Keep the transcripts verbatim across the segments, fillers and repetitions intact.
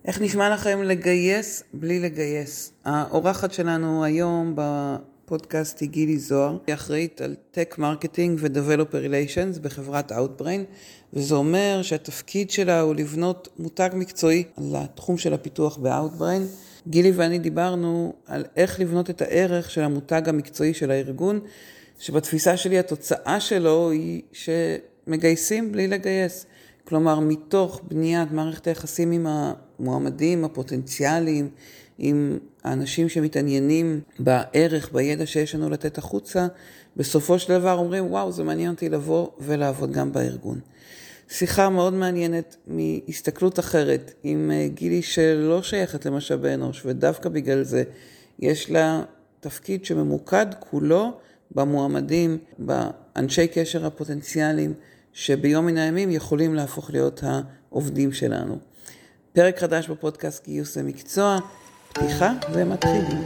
איך נשמע לכם לגייס בלי לגייס? האורחת שלנו היום בפודקאסט היא גילי זוהר, היא אחראית על Tech Marketing ו-Developer Relations בחברת Outbrain, וזה אומר שהתפקיד שלה הוא לבנות מותג מקצועי על התחום של הפיתוח ב-Outbrain. גילי ואני דיברנו על איך לבנות את הערך של המותג המקצועי של הארגון, שבתפיסה שלי התוצאה שלו היא שמגייסים בלי לגייס. כלומר, מתוך בניית מערכת היחסים עם המועמדים הפוטנציאליים, עם האנשים שמתעניינים בערך, בידע שיש לנו לתת החוצה, בסופו של דבר אומרים, וואו, זה מעניין אותי לבוא ולעבוד גם בארגון. שיחה מאוד מעניינת מהסתכלות אחרת, עם גילי שלא שייכת למשאבי אנוש, ודווקא בגלל זה יש לה תפקיד שממוקד כולו במועמדים, באנשי קשר הפוטנציאליים, שביום מן הימים יכולים להפוך להיות העובדים שלנו. פרק חדש בפודקאסט גיוס למקצוע, פתיחה ומתחילים.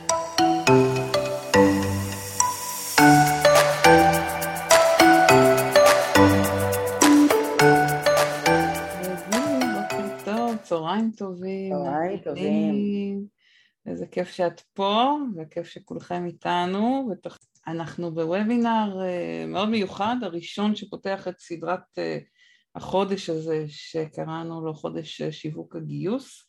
בוקר טוב, צהריים טובים. צהריים טובים. איזה כיף שאת פה, וכיף שכולכם איתנו. אנחנו בוובינר מאוד מיוחד, הראשון שפותח את סדרת החודש הזה שקראנו לו חודש שיווק הגיוס.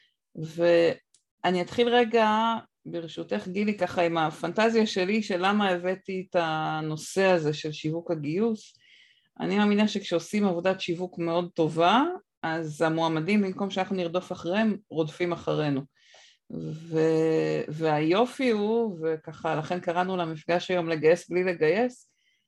ואני אתחיל רגע ברשותך גילי ככה עם הפנטזיה שלי של למה הבאתי את הנושא הזה של שיווק הגיוס. אני מאמינה שכשעושים עבודת שיווק מאוד טובה, אז המועמדים במקום שאנחנו נרדוף אחריהם רודפים אחרינו. ו... והיופי הוא, וככה לכן קראנו למפגש היום לגייס בלי לגייס,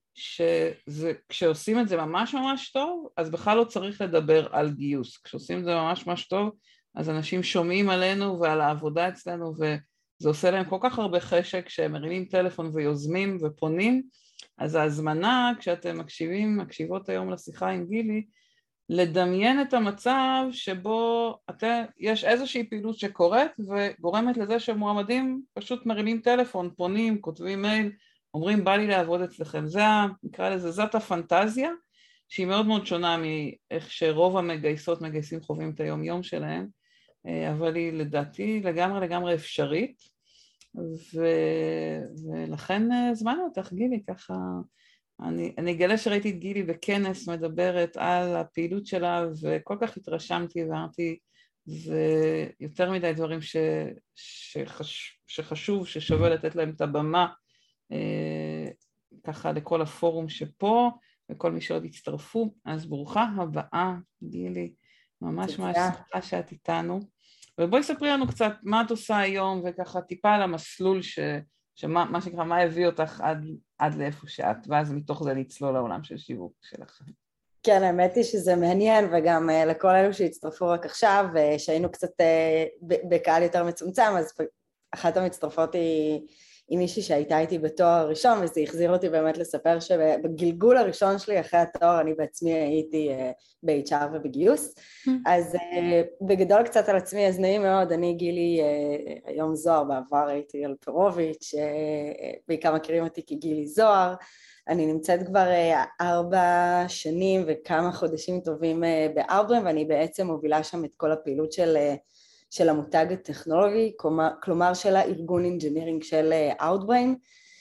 שכשעושים את זה ממש ממש טוב, אז בכלל לא צריך לדבר על גיוס. כשעושים את זה ממש ממש טוב, אז אנשים שומעים עלינו ועל העבודה אצלנו, וזה עושה להם כל כך הרבה חשק שהם מרימים טלפון ויוזמים ופונים. אז ההזמנה, כשאתם מקשיבים, מקשיבות היום לשיחה עם גילי, לדמיין את המצב שבו אתה, יש איזושהי פעילות שקורית וגורמת לזה שמועמדים פשוט מרימים טלפון, פונים, כותבים מייל, אומרים בא לי לעבוד אצלכם. זה, נקרא לזה, זאת הפנטזיה שהיא מאוד מאוד שונה מאיך שרוב המגייסות מגייסים חווים את היום יום שלהם, אבל היא לדעתי לגמרי לגמרי אפשרית, ו... ולכן זמנו אותך גילי ככה. אני, אני אגלה שראיתי את גילי בכנס מדברת על הפעילות שלה, וכל כך התרשמתי ואמרתי, זה יותר מדי דברים ש, שחש, שחשוב, ששווה לתת להם את הבמה, אה, ככה לכל הפורום שפה, וכל מי שעוד יצטרפו. אז ברוכה הבאה, גילי, ממש ממש שמחה שאת איתנו. ובואי ספרי לנו קצת מה את עושה היום, וככה טיפה על המסלול ש... שמה, מה שנקרא, מה הביא אותך עד, עד לאיפה שאת, ואז מתוך זה נצלול לעולם של שיווק שלך. כן, האמת היא שזה מעניין, וגם uh, לכל אלו שהצטרפו רק עכשיו, uh, שהיינו קצת uh, בקהל יותר מצומצם, אז אחת המצטרפות היא, היא מישהי שהייתה איתי בתואר הראשון, וזה החזיר אותי באמת לספר שבגלגול הראשון שלי אחרי התואר, אני בעצמי הייתי uh, ב-אייץ' אר ובגיוס, אז uh, בגדול קצת על עצמי, אז נעים מאוד, אני גילי, uh, היום זוהר, בעבר הייתי על פרוביץ', uh, בעיקר מכירים אותי כגילי זוהר, אני נמצאת כבר uh, ארבע שנים וכמה חודשים טובים uh, באוטבריין, ואני בעצם מובילה שם את כל הפעילות של... Uh, של המותג הטכנולוגי, כלומר, כלומר של הארגון אינג'ינירינג של Outbrain.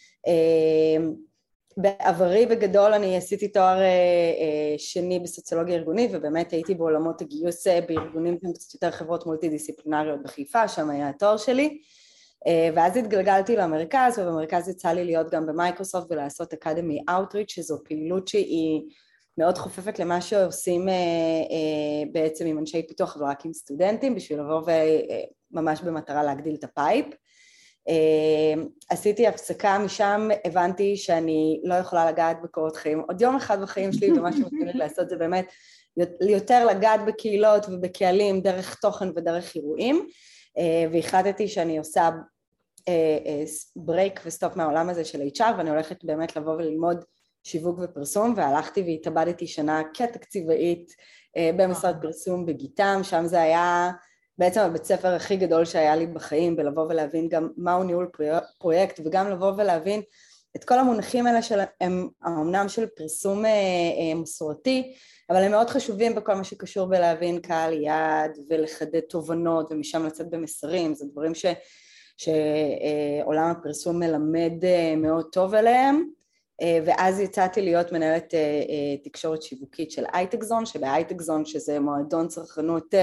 בעברי בגדול אני עשיתי תואר שני בסוציולוגיה ארגונית, ובאמת הייתי בעולמות הגיוס בארגונים קצת יותר חברות מולטי-דיסציפלינריות בחיפה, שם היה התואר שלי, ואז התגלגלתי למרכז, ובמרכז יצא לי להיות גם במייקרוסופט ולעשות אקדמי אאוטריץ', שזו פעילות שהיא מאוד חופפת למה שעושים בעצם עם אנשי פיתוח ורק עם סטודנטים, בשביל לבוא וממש במטרה להגדיל את הפייפ. עשיתי הפסקה משם, הבנתי שאני לא יכולה לגעת בקורות חיים. עוד יום אחד בחיים שלי, ומה שמתחיל לעשות זה באמת יותר לגעת בקהילות ובקהלים דרך תוכן ודרך אירועים, והחלטתי שאני עושה ברייק וסטופ מהעולם הזה של אייץ' אר, ואני הולכת באמת לבוא וללמוד שיווק ופרסום, והלכתי והתאבדתי שנה כתקציבאית במשרד פרסום בגיטם, שם זה היה בעצם הבית ספר הכי גדול שהיה לי בחיים, בלבוא ולהבין גם מהו ניהול פרויקט, וגם לבוא ולהבין את כל המונחים האלה שהם אמנם של פרסום מסורתי, אבל הם מאוד חשובים בכל מה שקשור בלהבין קהל יעד ולחדד תובנות ומשם לצאת במסרים, זה דברים ש, שעולם הפרסום מלמד מאוד טוב אליהם, ואז יצאתי להיות מנהלת תקשורת שיווקית של הייטקזון, שבהייטקזון שזה מועדון צרכנות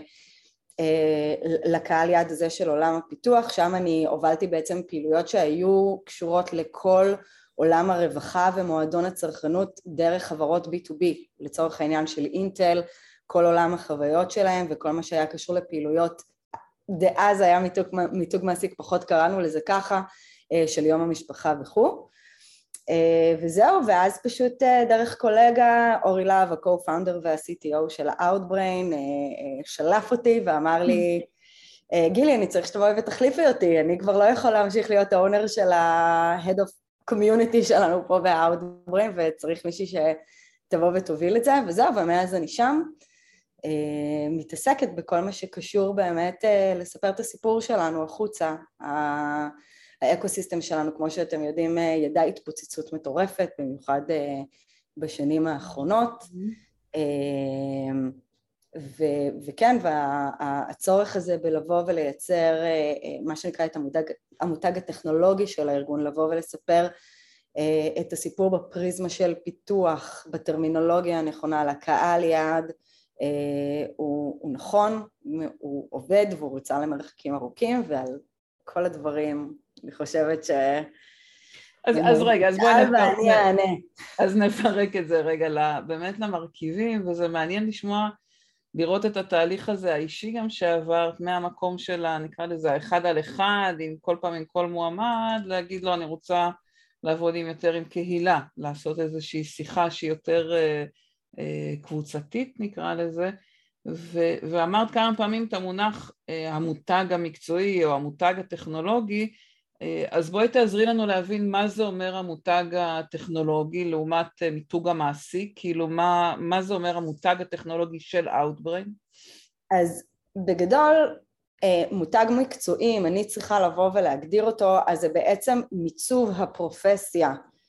לקהל יעד הזה של עולם הפיתוח, שם אני הובלתי בעצם פעילויות שהיו קשורות לכל עולם הרווחה ומועדון הצרכנות דרך חברות בי טו בי, לצורך העניין של אינטל, כל עולם החוויות שלהם וכל מה שהיה קשור לפעילויות, דאז היה מיתוג, מיתוג מעסיק, פחות קראנו לזה ככה, של יום המשפחה וכו'. וזהו, ואז פשוט דרך קולגה, אורי להב, ה-co-founder וה-סי טי או של ה-Outbrain, שלף אותי ואמר לי, גילי, אני צריך שתבואי ותחליפי אותי, אני כבר לא יכול להמשיך להיות האונר של ה-Head of Community שלנו פה ב-Outbrain, וצריך מישהי שתבוא ותוביל את זה, וזהו, ומאז אני שם, מתעסקת בכל מה שקשור באמת לספר את הסיפור שלנו החוצה, האקוסיסטם שלנו, כמו שאתם יודעים, ידע התפוצצות מטורפת, במיוחד בשנים האחרונות, ו- וכן, והצורך הזה בלבוא ולייצר מה שנקרא את המותג, המותג הטכנולוגי של הארגון, לבוא ולספר את הסיפור בפריזמה של פיתוח, בטרמינולוגיה הנכונה לקהל יעד, הוא, הוא נכון, הוא עובד והוא ריצה למרחקים ארוכים, ועל כל הדברים אני חושבת ש... אז, אז רגע, אז בואי נפרק, נ... אז נפרק את זה רגע באמת למרכיבים, וזה מעניין לשמוע, לראות את התהליך הזה האישי גם שעברת מהמקום שלה, נקרא לזה אחד על אחד, עם כל פעם עם כל מועמד, להגיד לו אני רוצה לעבוד עם יותר עם קהילה, לעשות איזושהי שיחה שהיא יותר אה, אה, קבוצתית נקרא לזה, ו- ואמרת כמה פעמים את המונח אה, המותג המקצועי או המותג הטכנולוגי, אז בואי תעזרי לנו להבין מה זה אומר המותג הטכנולוגי לעומת מיתוג המעסיק, כאילו מה, מה זה אומר המותג הטכנולוגי של Outbrain? אז בגדול מותג מקצועי, אם אני צריכה לבוא ולהגדיר אותו, אז זה בעצם מיצוב הפרופסיה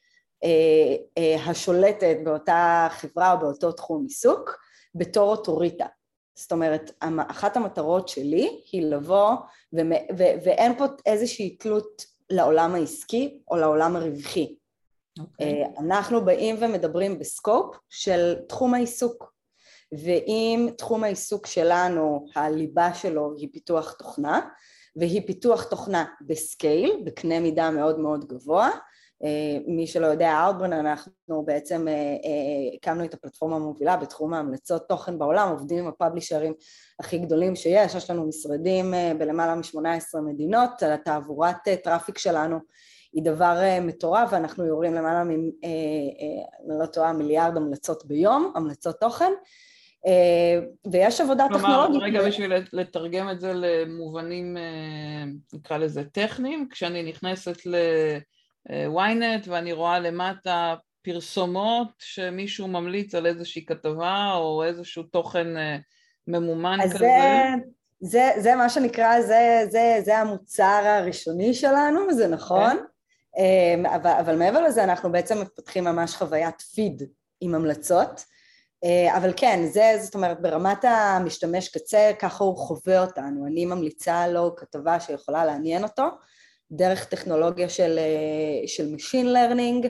השולטת באותה חברה או באותו תחום עיסוק בתור אוטוריטה. זאת אומרת, אחת המטרות שלי היא לבוא, ו- ו- ואין פה איזושהי תלות לעולם העסקי או לעולם הרווחי. Okay. אנחנו באים ומדברים בסקופ של תחום העיסוק, ואם תחום העיסוק שלנו, הליבה שלו היא פיתוח תוכנה, והיא פיתוח תוכנה בסקייל, בקנה מידה מאוד מאוד גבוה, מי שלא יודע, Outbrain, אנחנו בעצם הקמנו את הפלטפורמה המובילה בתחום ההמלצות תוכן בעולם, עובדים עם הפאבלישרים הכי גדולים שיש, יש לנו משרדים בלמעלה מ-שמונה עשרה מדינות, התעבורת טראפיק שלנו היא דבר מטורף, ואנחנו יורים למעלה מ... אני לא טועה, מיליארד המלצות ביום, המלצות תוכן, ויש עבודה טכנולוגית. כלומר, רגע בשביל לתרגם את זה למובנים, נקרא לזה טכניים, כשאני נכנסת ל... וויינט, ואני רואה למטה פרסומות שמישהו ממליץ על איזושהי כתבה או איזשהו תוכן ממומן כזה. זה, זה, זה מה שנקרא, זה, זה, זה המוצר הראשוני שלנו, זה נכון, okay. אבל, אבל מעבר לזה אנחנו בעצם מפתחים ממש חוויית פיד עם המלצות, אבל כן, זה, זאת אומרת, ברמת המשתמש קצה, ככה הוא חווה אותנו, אני ממליצה לו כתבה שיכולה לעניין אותו, דרך טכנולוגיה של, של Machine Learning,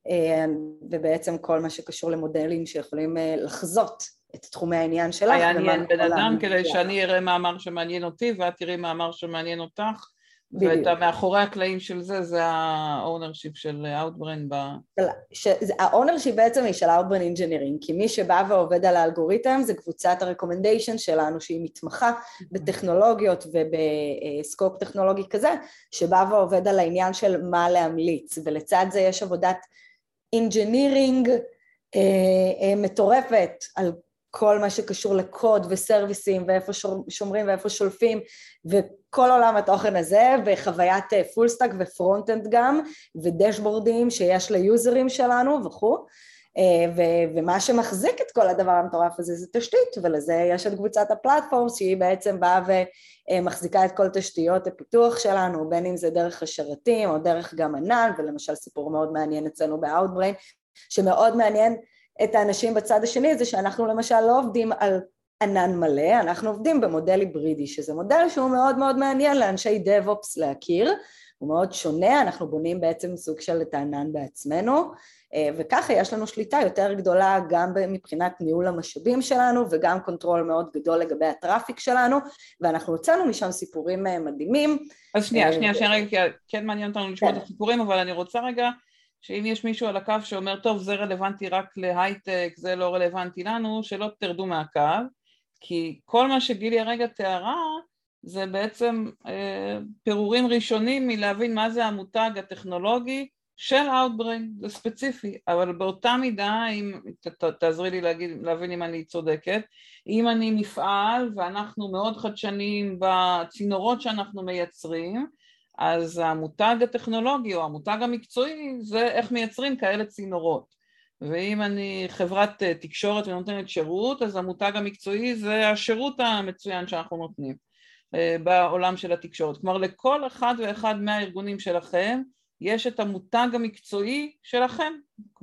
ובעצם כל מה שקשור למודלים שיכולים לחזות את תחומי העניין שלך. יעניין בן אדם כדי שאני אראה מאמר שמעניין אותי, ואת תראי מאמר שמעניין אותך, ואת מאחורי הקלעים של זה, זה ה-ownership של Outbrain. ה-ownership בעצם היא של Outbrain Engineering, כי מי שבא ועובד על האלגוריתם זה קבוצת ה-recommendation שלנו, שהיא מתמחה בטכנולוגיות ובסקופ טכנולוגי כזה, שבא ועובד על העניין של מה להמליץ, ולצד זה יש עבודת engineering מטורפת על כל מה שקשור לקוד וסרוויסים, ואיפה שומרים ואיפה שולפים, וכל עולם התוכן הזה, וחוויית פול סטאק ופרונט-אנד גם, ודשבורדים שיש ליוזרים שלנו וכו'. ו- ומה שמחזיק את כל הדבר המטורף הזה זה תשתית, ולזה יש את קבוצת הפלטפורמס שהיא בעצם באה ומחזיקה את כל תשתיות הפיתוח שלנו, בין אם זה דרך השרתים או דרך גם ענן, ולמשל סיפור מאוד מעניין אצלנו ב-Outbrain, שמאוד מעניין את האנשים בצד השני, זה שאנחנו למשל לא עובדים על ענן מלא, אנחנו עובדים במודל היברידי, שזה מודל שהוא מאוד מאוד מעניין לאנשי DevOps להכיר, הוא מאוד שונה, אנחנו בונים בעצם סוג של את הענן בעצמנו, וככה יש לנו שליטה יותר גדולה גם מבחינת ניהול המשאבים שלנו, וגם קונטרול מאוד גדול לגבי הטראפיק שלנו, ואנחנו הוצאנו משם סיפורים מדהימים. אז שנייה, שנייה, שנייה רגע, כי כן מעניין אותנו לשמוע את הסיפורים, אבל אני רוצה רגע, שאם יש מישהו על הקו שאומר, טוב, זה רלוונטי רק להייטק, זה לא רלוונטי לנו, שלא תרדו מהקו, כי כל מה שגילי הרגע תיארה, זה בעצם אה, פירורים ראשונים מלהבין מה זה המותג הטכנולוגי של Outbrain, זה ספציפי, אבל באותה מידה, אם, ת, ת, תעזרי לי להגיד, להבין אם אני צודקת, אם אני מפעל ואנחנו מאוד חדשנים בצינורות שאנחנו מייצרים, אז המותג הטכנולוגי או המותג המקצועי זה איך מייצרים כאלה צינורות. ואם אני חברת תקשורת ונותנת שירות, אז המותג המקצועי זה השירות המצוין שאנחנו נותנים בעולם של התקשורת. כלומר, לכל אחד ואחד מהארגונים שלכם, יש את המותג המקצועי שלכם,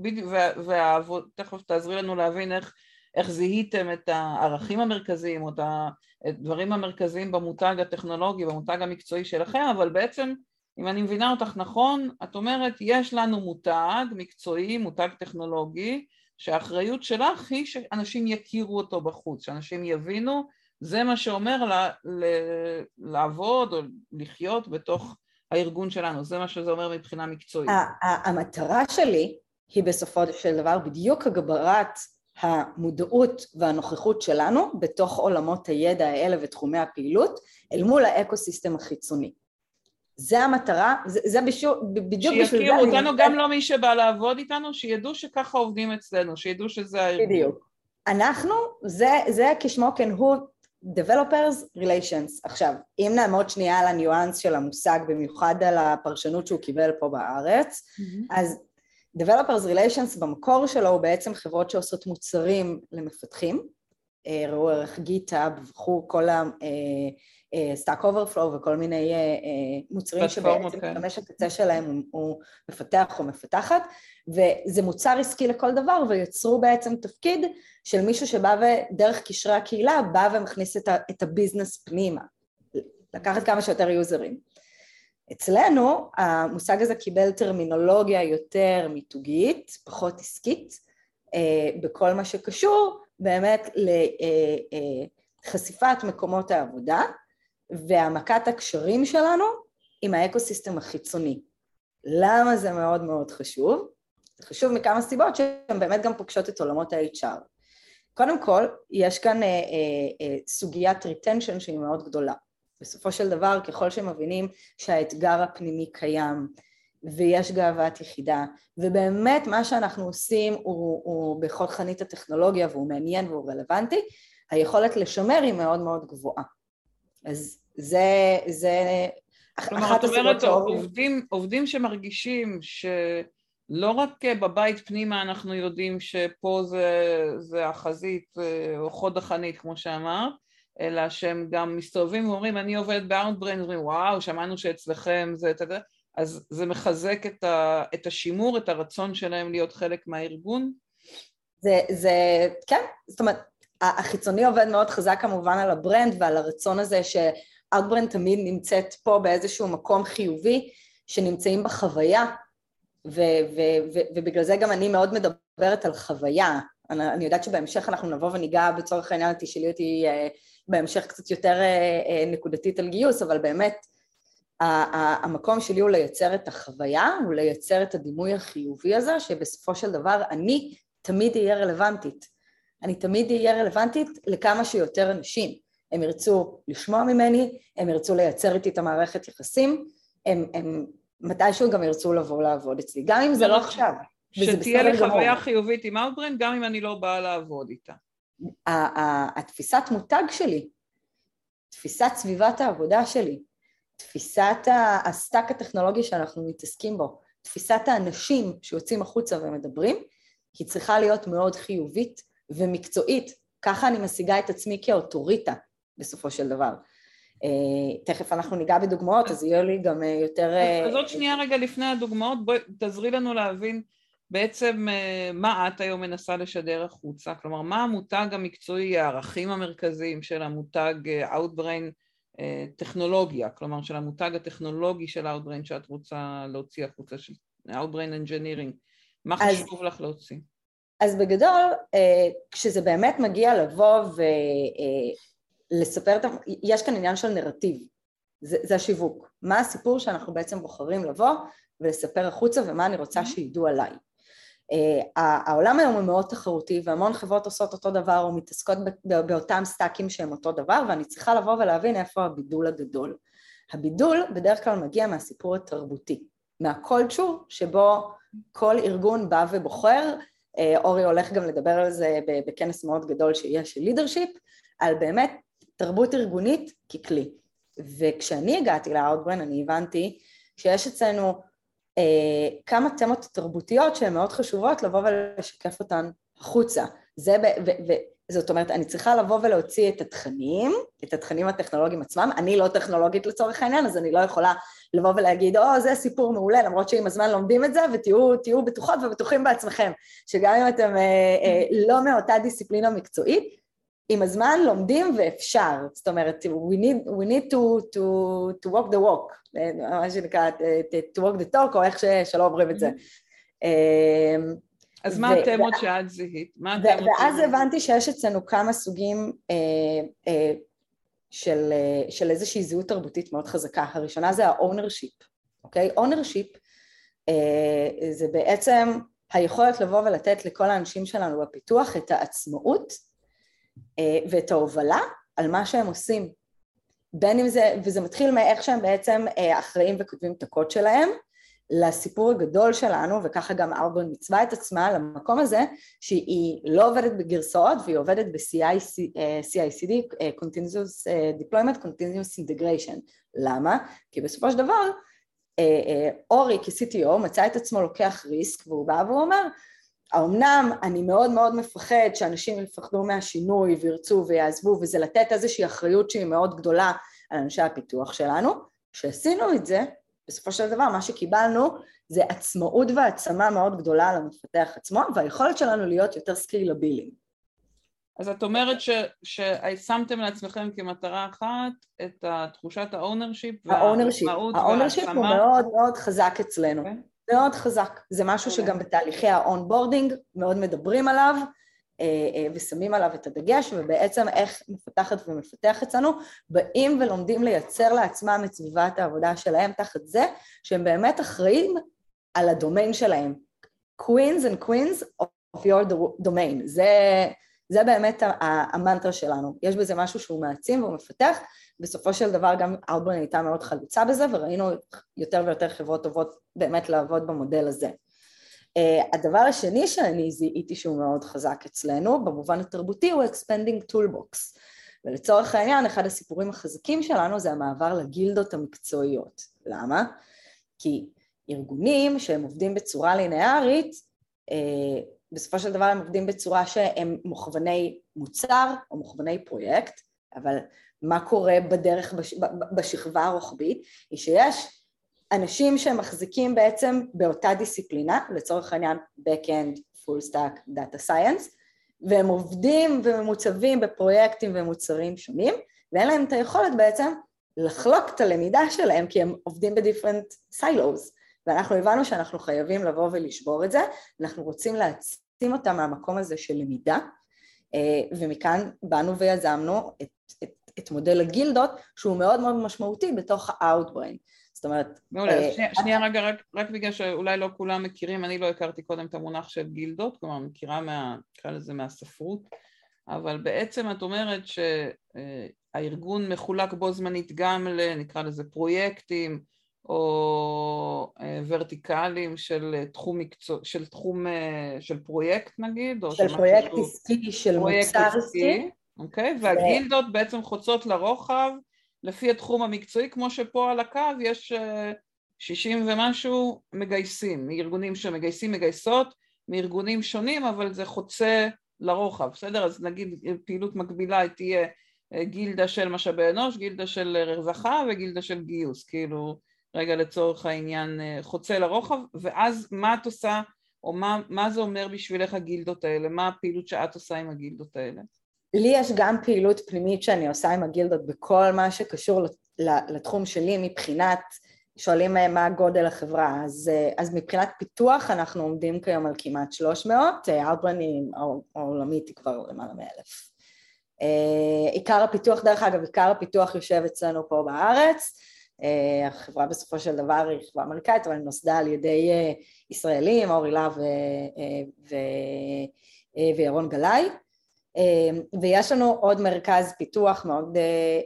ותכף תעזרי לנו להבין איך, איך זיהיתם את הערכים המרכזיים, או את הדברים המרכזיים במותג הטכנולוגי, במותג המקצועי שלכם, אבל בעצם, אם אני מבינה אותך נכון, את אומרת, יש לנו מותג מקצועי, מותג טכנולוגי, שהאחריות שלך היא שאנשים יכירו אותו בחוץ, שאנשים יבינו, זה מה שאומר לה, ל- לעבוד או לחיות בתוך הארגון שלנו, זה מה שזה אומר מבחינה מקצועית. המטרה שלי היא בסופו של דבר בדיוק הגברת המודעות והנוכחות שלנו בתוך עולמות הידע האלה ותחומי הפעילות, אל מול האקוסיסטם החיצוני. זה המטרה, זה, זה בשביל, בדיוק בשביל זה. שיכירו אותנו, גם לא מי שבא לעבוד איתנו, שידעו שככה עובדים אצלנו, שידעו שזה הארגון. בדיוק. אנחנו, זה, זה כשמו כן הוא, Developers Relations. עכשיו, אם נעמוד שנייה על הניואנס של המושג, במיוחד על הפרשנות שהוא קיבל פה בארץ, mm-hmm. אז Developers Relations במקור שלו הוא בעצם חברות שעושות מוצרים למפתחים, ראו ערך גיטאב, וכו כל ה-Stack Overflow וכל מיני מוצרים שבעצם חמש הקצה שלהם הוא מפתח או מפתחת, וזה מוצר עסקי לכל דבר, ויצרו בעצם תפקיד של מישהו שבא ודרך קשרי הקהילה, בא ומכניס את הביזנס פנימה, לקחת כמה שיותר יוזרים. אצלנו המושג הזה קיבל טרמינולוגיה יותר מיתוגית, פחות עסקית, בכל מה שקשור באמת לחשיפת מקומות העבודה, והעמקת הקשרים שלנו עם האקוסיסטם החיצוני. למה זה מאוד מאוד חשוב? זה חשוב מכמה סיבות שהן באמת גם פוגשות את עולמות ה-אייץ' אר. קודם כל, יש כאן אה, אה, סוגיית retention שהיא מאוד גדולה. בסופו של דבר, ככל שמבינים שהאתגר הפנימי קיים, ויש גאוות יחידה, ובאמת מה שאנחנו עושים הוא, הוא בכל חנית הטכנולוגיה, והוא מעניין והוא רלוונטי, היכולת לשמר היא מאוד מאוד גבוהה. אז זה, זה כלומר, את אומרת, עובדים, עובדים שמרגישים שלא רק בבית פנימה אנחנו יודעים שפה זה, זה החזית או חוד החנית, כמו שאמרת, אלא שהם גם מסתובבים ואומרים, אני עובד ב-Outbrain, אומרים, וואו, שמענו שאצלכם זה, אז זה מחזק את, ה, את השימור, את הרצון שלהם להיות חלק מהארגון? זה, זה, כן, זאת אומרת, החיצוני עובד מאוד חזק כמובן על הברנד ועל הרצון הזה ש-Outbrain תמיד נמצאת פה באיזשהו מקום חיובי, שנמצאים בחוויה, ו- ו- ו- ובגלל זה גם אני מאוד מדברת על חוויה. אני, אני יודעת שבהמשך אנחנו נבוא וניגע בצורך העניין, תשאלי אותי בהמשך קצת יותר נקודתית על גיוס, אבל באמת המקום שלי הוא לייצר את החוויה, הוא לייצר את הדימוי החיובי הזה, שבסופו של דבר אני תמיד אהיה רלוונטית. אני תמיד אהיה רלוונטית לכמה שיותר אנשים. הם ירצו לשמוע ממני, הם ירצו לייצר איתי את המערכת יחסים, הם, הם מתישהו גם ירצו לבוא לעבוד אצלי, גם אם זה לא עכשיו. שתהיה לי חוויה חיובית עם Outbrain, גם אם אני לא באה לעבוד איתה. התפיסת מותג שלי, תפיסת סביבת העבודה שלי, תפיסת הסטאק הטכנולוגי שאנחנו מתעסקים בו, תפיסת האנשים שיוצאים החוצה ומדברים, היא צריכה להיות מאוד חיובית ומקצועית, ככה אני משיגה את עצמי כאוטוריטה בסופו של דבר. תכף אנחנו ניגע בדוגמאות, אז יהיה לי גם יותר... אז עוד שנייה רגע לפני הדוגמאות, בואי תעזרי לנו להבין בעצם מה את היום מנסה לשדר החוצה, כלומר מה המותג המקצועי, הערכים המרכזיים של המותג Outbrain טכנולוגיה, כלומר של המותג הטכנולוגי של Outbrain שאת רוצה להוציא החוצה, של Outbrain Engineering, מה חשוב לך להוציא? אז בגדול, כשזה באמת מגיע לבוא ולספר, יש כאן עניין של נרטיב, זה, זה השיווק, מה הסיפור שאנחנו בעצם בוחרים לבוא ולספר החוצה ומה אני רוצה שידעו עליי. העולם היום הוא מאוד תחרותי והמון חברות עושות אותו דבר או מתעסקות באותם סטאקים שהם אותו דבר, ואני צריכה לבוא ולהבין איפה הבידול הגדול. הבידול בדרך כלל מגיע מהסיפור התרבותי, מהקולצ'ר שבו כל ארגון בא ובוחר, אורי הולך גם לדבר על זה בכנס מאוד גדול שיש של לידרשיפ, על באמת תרבות ארגונית ככלי. וכשאני הגעתי ל-Outbrain אני הבנתי שיש אצלנו אה, כמה תמות תרבותיות שהן מאוד חשובות לבוא ולשקף אותן החוצה. זה ב- ו- ו- זאת אומרת, אני צריכה לבוא ולהוציא את התכנים, את התכנים הטכנולוגיים עצמם, אני לא טכנולוגית לצורך העניין, אז אני לא יכולה לבוא ולהגיד, או, זה סיפור מעולה, למרות שעם הזמן לומדים את זה, ותהיו תהיו בטוחות ובטוחים בעצמכם, שגם אם אתם אה, אה, לא מאותה דיסציפלינה מקצועית, עם הזמן לומדים ואפשר, זאת אומרת, we need, we need to, to, to walk the walk, מה שנקרא, to walk the talk, או איך שלא אומרים את זה. אז מה התמות שאת זיהית? ואז הבנתי שיש אצלנו כמה סוגים של, של איזושהי זהות תרבותית מאוד חזקה. הראשונה זה ה-ownership, אוקיי? ownership זה בעצם היכולת לבוא ולתת לכל האנשים שלנו בפיתוח את העצמאות ואת ההובלה על מה שהם עושים. בין אם זה, וזה מתחיל מאיך שהם בעצם אחראים וכותבים את הקוד שלהם, לסיפור הגדול שלנו, וככה גם Outbrain מצווה את עצמה למקום הזה, שהיא לא עובדת בגרסאות, והיא עובדת ב-סי איי סי די, Continuous Deployment, Continuous Integration. למה? כי בסופו של דבר, אורי כ-סי טי או מצא את עצמו לוקח ריסק, והוא בא והוא אומר, האמנם אני מאוד מאוד מפחד שאנשים יפחדו מהשינוי וירצו ויעזבו, וזה לתת איזושהי אחריות שהיא מאוד גדולה על אנשי הפיתוח שלנו, שעשינו את זה, בסופו של דבר מה שקיבלנו זה עצמאות והעצמה מאוד גדולה על המפתח עצמו, והיכולת שלנו להיות יותר סקיילביליים. אז את אומרת ששמתם לעצמכם כמטרה אחת את תחושת האונרשיפ והעצמאות והעצמה? האונרשיפ הוא מאוד מאוד חזק אצלנו. מאוד חזק, זה משהו שגם בתהליכי האונבורדינג מאוד מדברים עליו ושמים עליו את הדגש, ובעצם איך מפתחת ומפתח אצלנו, באים ולומדים לייצר לעצמם את סביבת העבודה שלהם תחת זה, שהם באמת אחראים על הדומיין שלהם. Queens and Queens of your domain, זה, זה באמת המנטרה שלנו. יש בזה משהו שהוא מעצים והוא מפתח, בסופו של דבר גם Outbrain הייתה מאוד חלוצה בזה, וראינו יותר ויותר חברות טובות באמת לעבוד במודל הזה. הדבר השני שאני זיהיתי שהוא מאוד חזק אצלנו, במובן התרבותי, הוא Expanding Toolbox. ולצורך העניין, אחד הסיפורים החזקים שלנו זה המעבר לגילדות המקצועיות. למה? כי ארגונים שהם עובדים בצורה ליניארית, בסופו של דבר הם עובדים בצורה שהם מוכווני מוצר או מוכווני פרויקט, אבל מה קורה בדרך, בשכבה הרוחבית, היא שיש אנשים שמחזיקים בעצם באותה דיסציפלינה, לצורך העניין Backend, Full Stack, Data Science, והם עובדים וממוצבים בפרויקטים ומוצרים שונים, ואין להם את היכולת בעצם לחלוק את הלמידה שלהם, כי הם עובדים ב-different silos, ואנחנו הבנו שאנחנו חייבים לבוא ולשבור את זה, אנחנו רוצים להעצים אותם מהמקום הזה של למידה, ומכאן באנו ויזמנו את, את, את מודל הגילדות, שהוא מאוד מאוד משמעותי בתוך ה-Outbrain. זאת אומרת... מעולה, שנייה, שנייה רגע, רק, רק בגלל שאולי לא כולם מכירים, אני לא הכרתי קודם את המונח של גילדות, כלומר מכירה מה, נקרא לזה מהספרות, אבל בעצם את אומרת שהארגון מחולק בו זמנית גם ל, נקרא לזה פרויקטים, או ורטיקלים של תחום מקצוע, של תחום, של פרויקט נגיד, או של פרויקט עסקי, של מוצר עסקי. אוקיי, והגילדות בעצם חוצות לרוחב, לפי התחום המקצועי, כמו שפה על הקו יש שישים ומשהו מגייסים, ארגונים שמגייסים, מגייסות, מארגונים שונים, אבל זה חוצה לרוחב, בסדר? אז נגיד פעילות מקבילה תהיה גילדה של משאבי אנוש, גילדה של רווחה וגילדה של גיוס, כאילו רגע לצורך העניין חוצה לרוחב, ואז מה את עושה, או מה, מה זה אומר בשבילך הגילדות האלה? מה הפעילות שאת עושה עם הגילדות האלה? לי יש גם פעילות פנימית שאני עושה עם הגילדות בכל מה שקשור לתחום שלי מבחינת, שואלים מה גודל החברה, אז, אז מבחינת פיתוח אנחנו עומדים כיום על כמעט שלוש מאות, אלברני העולמית היא כבר למעלה מאלף. עיקר הפיתוח, דרך אגב, עיקר הפיתוח יושב אצלנו פה בארץ, החברה בסופו של דבר היא חברה אמריקאית, אבל היא נוסדה על ידי ישראלים, אורי להב וירון גלאי, ויש לנו עוד מרכז פיתוח מאוד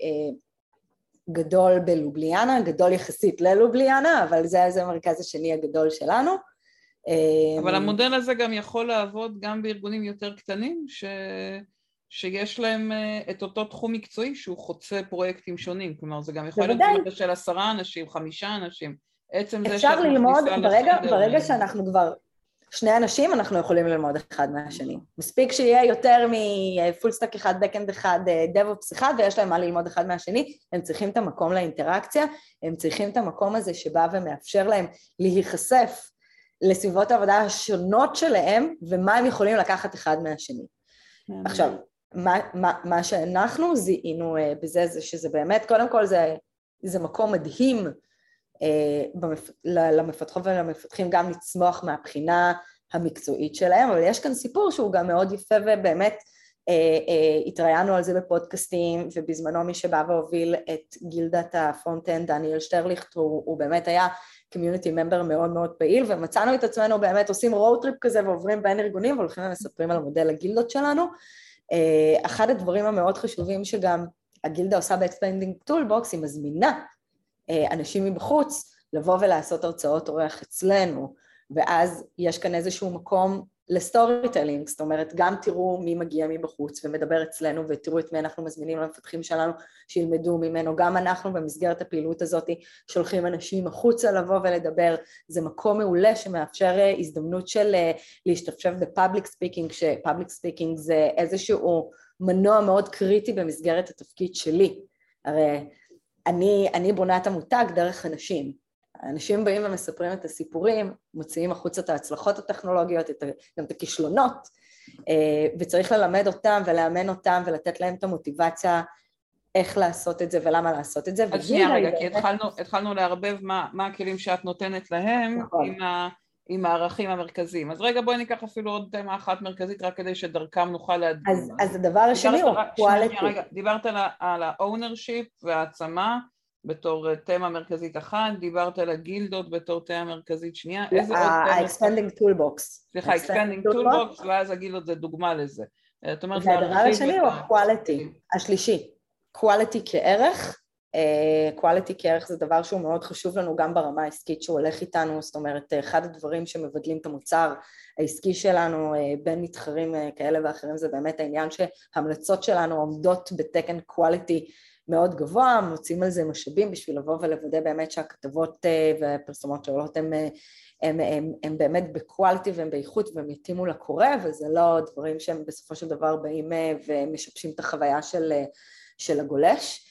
גדול בלובליאנה, גדול יחסית ללובליאנה, אבל זה, זה המרכז השני הגדול שלנו. אבל המודל הזה גם יכול לעבוד גם בארגונים יותר קטנים, ש... שיש להם את אותו תחום מקצועי שהוא חוצה פרויקטים שונים, כלומר זה גם יכול להיות גילדה של עשרה אנשים, חמישה אנשים, עצם זה אפשר ללמוד, ברגע, ברגע שאנחנו כבר שני אנשים, אנחנו יכולים ללמוד אחד מהשני. מספיק שיהיה יותר מפול סטאק אחד, בקאנד אחד, דב-אופס אחד, ויש להם מה ללמוד אחד מהשני, הם צריכים את המקום לאינטראקציה, הם צריכים את המקום הזה שבא ומאפשר להם להיחשף לסביבות העבודה השונות שלהם, ומה הם יכולים לקחת אחד מהשני. עכשיו, מה, מה, מה שאנחנו זיהינו בזה, זה שזה באמת, קודם כל זה, זה מקום מדהים, למפתחות ולמפתחים גם לצמוח מהבחינה המקצועית שלהם, אבל יש כאן סיפור שהוא גם מאוד יפה ובאמת התראיינו על זה בפודקאסטים, ובזמנו מי שבא והוביל את גילדת הפרונט-אנד, דניאל שטרליכט, הוא, הוא באמת היה קומיוניטי ממבר מאוד מאוד פעיל, ומצאנו את עצמנו באמת עושים רואוד טריפ כזה ועוברים בין ארגונים והולכים ומספרים על המודל הגילדות שלנו. אחד הדברים המאוד חשובים שגם הגילדה עושה באקספנדינג טולבוקס, היא מזמינה אנשים מבחוץ לבוא ולעשות הרצאות אורח אצלנו, ואז יש כאן איזשהו מקום לסטורי טלינג, זאת אומרת גם תראו מי מגיע מבחוץ ומדבר אצלנו, ותראו את מי אנחנו מזמינים למפתחים שלנו שילמדו ממנו, גם אנחנו במסגרת הפעילות הזאת שולחים אנשים החוצה לבוא ולדבר, זה מקום מעולה שמאפשר הזדמנות של להשתפשף בפאבליק ספיקינג, שפאבליק ספיקינג זה איזשהו מנוע מאוד קריטי במסגרת התפקיד שלי, הרי אני, אני בונה את המותג דרך אנשים, האנשים באים ומספרים את הסיפורים, מוציאים החוצה את ההצלחות הטכנולוגיות, את, גם את הכישלונות, וצריך ללמד אותם ולאמן אותם ולתת להם את המוטיבציה איך לעשות את זה ולמה לעשות את זה. אז שנייה רגע, כי התחלנו, התחלנו לערבב מה, מה הכלים שאת נותנת להם נכון. עם, ה, עם הערכים המרכזיים. אז רגע בואי ניקח אפילו עוד תמה אחת מרכזית רק כדי שדרכם נוכל להדגים. אז, אז הדבר השני הוא quality. רגע, דיברת על ה-ownership והעצמה, בתור תמה מרכזית אחת, דיברת על הגילדות בתור תמה מרכזית שנייה, איזה עוד תמה? ה-expanding toolbox. סליחה, expanding toolbox, ואז הגילדות זה דוגמה לזה. והדבר השני הוא ה-quality, השלישי. quality כערך, quality כערך זה דבר שהוא מאוד חשוב לנו גם ברמה העסקית שהוא הולך איתנו, זאת אומרת, אחד הדברים שמבדלים את המוצר העסקי שלנו בין מתחרים כאלה ואחרים, זה באמת העניין שהמלצות שלנו עומדות בתקן quality, מאוד גבוה, מוצאים על זה משאבים בשביל לבוא ולוודא באמת שהכתבות והפרסומות שעולות הם, הם, הם, הם באמת בקואליטי והם באיכות והם יתאימו לקורא, וזה לא דברים שהם בסופו של דבר באים ומשבשים את החוויה של, של הגולש.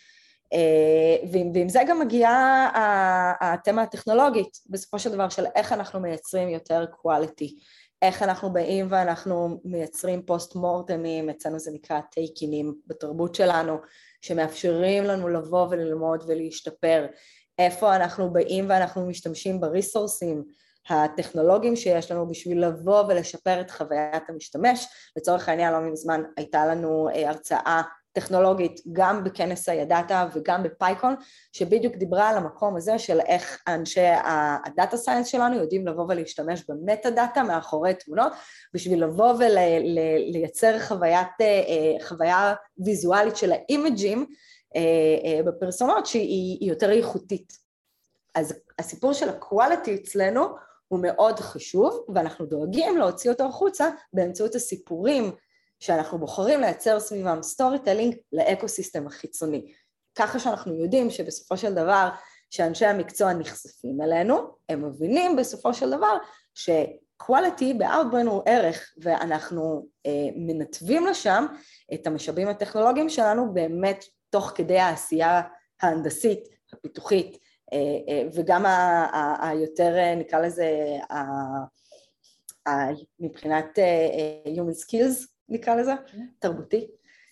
ועם, ועם זה גם מגיעה התמה הטכנולוגית, בסופו של דבר של איך אנחנו מייצרים יותר קואליטי, איך אנחנו באים ואנחנו מייצרים פוסט מורטמים, אצלנו זה נקרא טייקונים בתרבות שלנו, שמאפשרים לנו לבוא וללמוד ולהשתפר, איפה אנחנו באים ואנחנו משתמשים בריסורסים הטכנולוגיים שיש לנו בשביל לבוא ולשפר את חוויית המשתמש, לצורך העניין לא מזמן הייתה לנו הרצאה טכנולוגית גם בכנס הידאטה וגם בפייקון, שבדיוק דיברה על המקום הזה של איך אנשי הדאטה סיינס שלנו יודעים לבוא ולהשתמש במטה דאטה מאחורי תמונות, בשביל לבוא ולייצר חוויית, חוויה ויזואלית של האימג'ים בפרסומות שהיא יותר איכותית. אז הסיפור של הקואליטי אצלנו הוא מאוד חשוב, ואנחנו דואגים להוציא אותו החוצה באמצעות הסיפורים שאנחנו בוחרים לייצר סביבם סטורי טלינג לאקוסיסטם החיצוני. ככה שאנחנו יודעים שבסופו של דבר שאנשי המקצוע נחשפים אלינו, הם מבינים בסופו של דבר quality ב-Outbrain הוא ערך, ואנחנו מנתבים לשם את המשאבים הטכנולוגיים שלנו באמת תוך כדי העשייה ההנדסית, הפיתוחית, וגם היותר נקרא לזה מבחינת human skills נקרא לזה, תרבותי,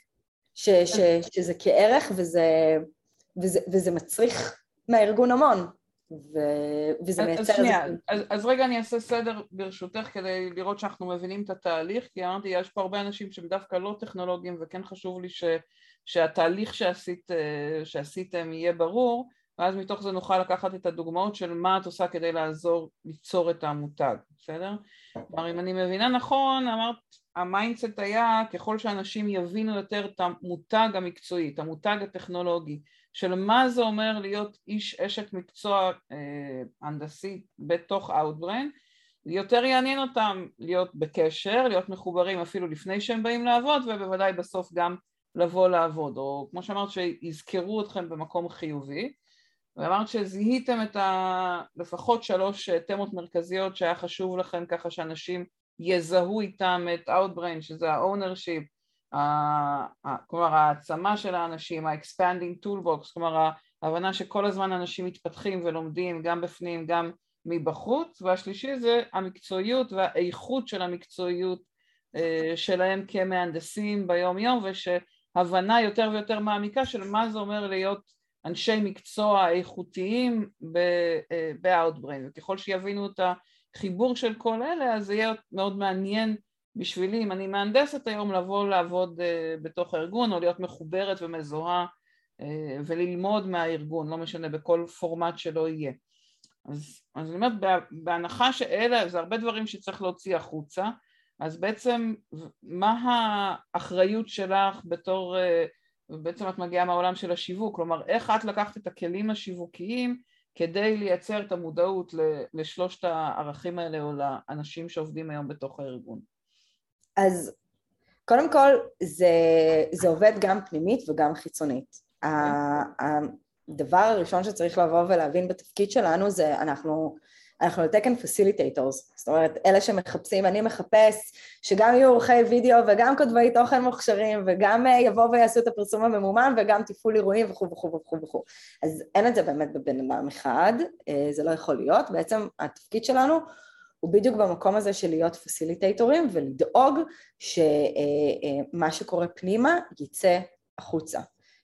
ש, ש, שזה כערך וזה, וזה, וזה מצריך מהארגון המון, ו, וזה מייצר... אז שנייה, אז, אז רגע אני אעשה סדר ברשותך כדי לראות שאנחנו מבינים את התהליך, כי אמרתי, יש פה הרבה אנשים שהם דווקא לא טכנולוגיים, וכן חשוב לי ש, שהתהליך שעשית, שעשיתם יהיה ברור, ואז מתוך זה נוכל לקחת את הדוגמאות של מה את עושה כדי לעזור ליצור את המותג, בסדר? כלומר, אם אני מבינה נכון, אמרת, המיינדסט היה ככל שאנשים יבינו יותר את המותג המקצועי, את המותג הטכנולוגי, של מה זה אומר להיות איש אשת מקצוע אה, הנדסי בתוך Outbrain, יותר יעניין אותם להיות בקשר, להיות מחוברים אפילו לפני שהם באים לעבוד, ובוודאי בסוף גם לבוא לעבוד, או כמו שאמרת שיזכרו אתכם במקום חיובי, ואמרת שזיהיתם את ה... לפחות שלוש תמות מרכזיות שהיה חשוב לכם ככה שאנשים יזהו איתם את Outbrain, שזה ה-ownership, ה... כלומר העצמה של האנשים, ה-expanding toolbox, כלומר ההבנה שכל הזמן אנשים מתפתחים ולומדים גם בפנים גם מבחוץ, והשלישי זה המקצועיות והאיכות של המקצועיות שלהם כמהנדסים ביום יום, ושהבנה יותר ויותר מעמיקה של מה זה אומר להיות אנשי מקצוע איכותיים ב-Outbrain, וככל שיבינו את החיבור של כל אלה, אז זה יהיה מאוד מעניין בשבילי, אם אני מהנדסת היום, לבוא לעבוד בתוך הארגון, או להיות מחוברת ומזוהה, וללמוד מהארגון, לא משנה בכל פורמט שלא יהיה. אז, אז אני אומרת, בהנחה שאלה, זה הרבה דברים שצריך להוציא החוצה, אז בעצם מה האחריות שלך בתור... ובעצם את מגיעה מהעולם של השיווק, כלומר איך את לקחת את הכלים השיווקיים כדי לייצר את המודעות לשלושת הערכים האלה או לאנשים שעובדים היום בתוך הארגון? אז קודם כל זה, זה עובד גם פנימית וגם חיצונית. Okay. הדבר הראשון שצריך לבוא ולהבין בתפקיד שלנו זה אנחנו... אנחנו לתקן פסיליטייטורס, זאת אומרת, אלה שמחפשים, אני מחפש שגם יהיו עורכי וידאו וגם כותבי תוכן מוכשרים וגם יבואו ויעשו את הפרסום הממומן וגם תפעול אירועים וכו' וכו' וכו' וכו'. אז אין את זה באמת בבן אדם אחד, זה לא יכול להיות, בעצם התפקיד שלנו הוא בדיוק במקום הזה של להיות פסיליטייטורים ולדאוג שמה שקורה פנימה יצא החוצה.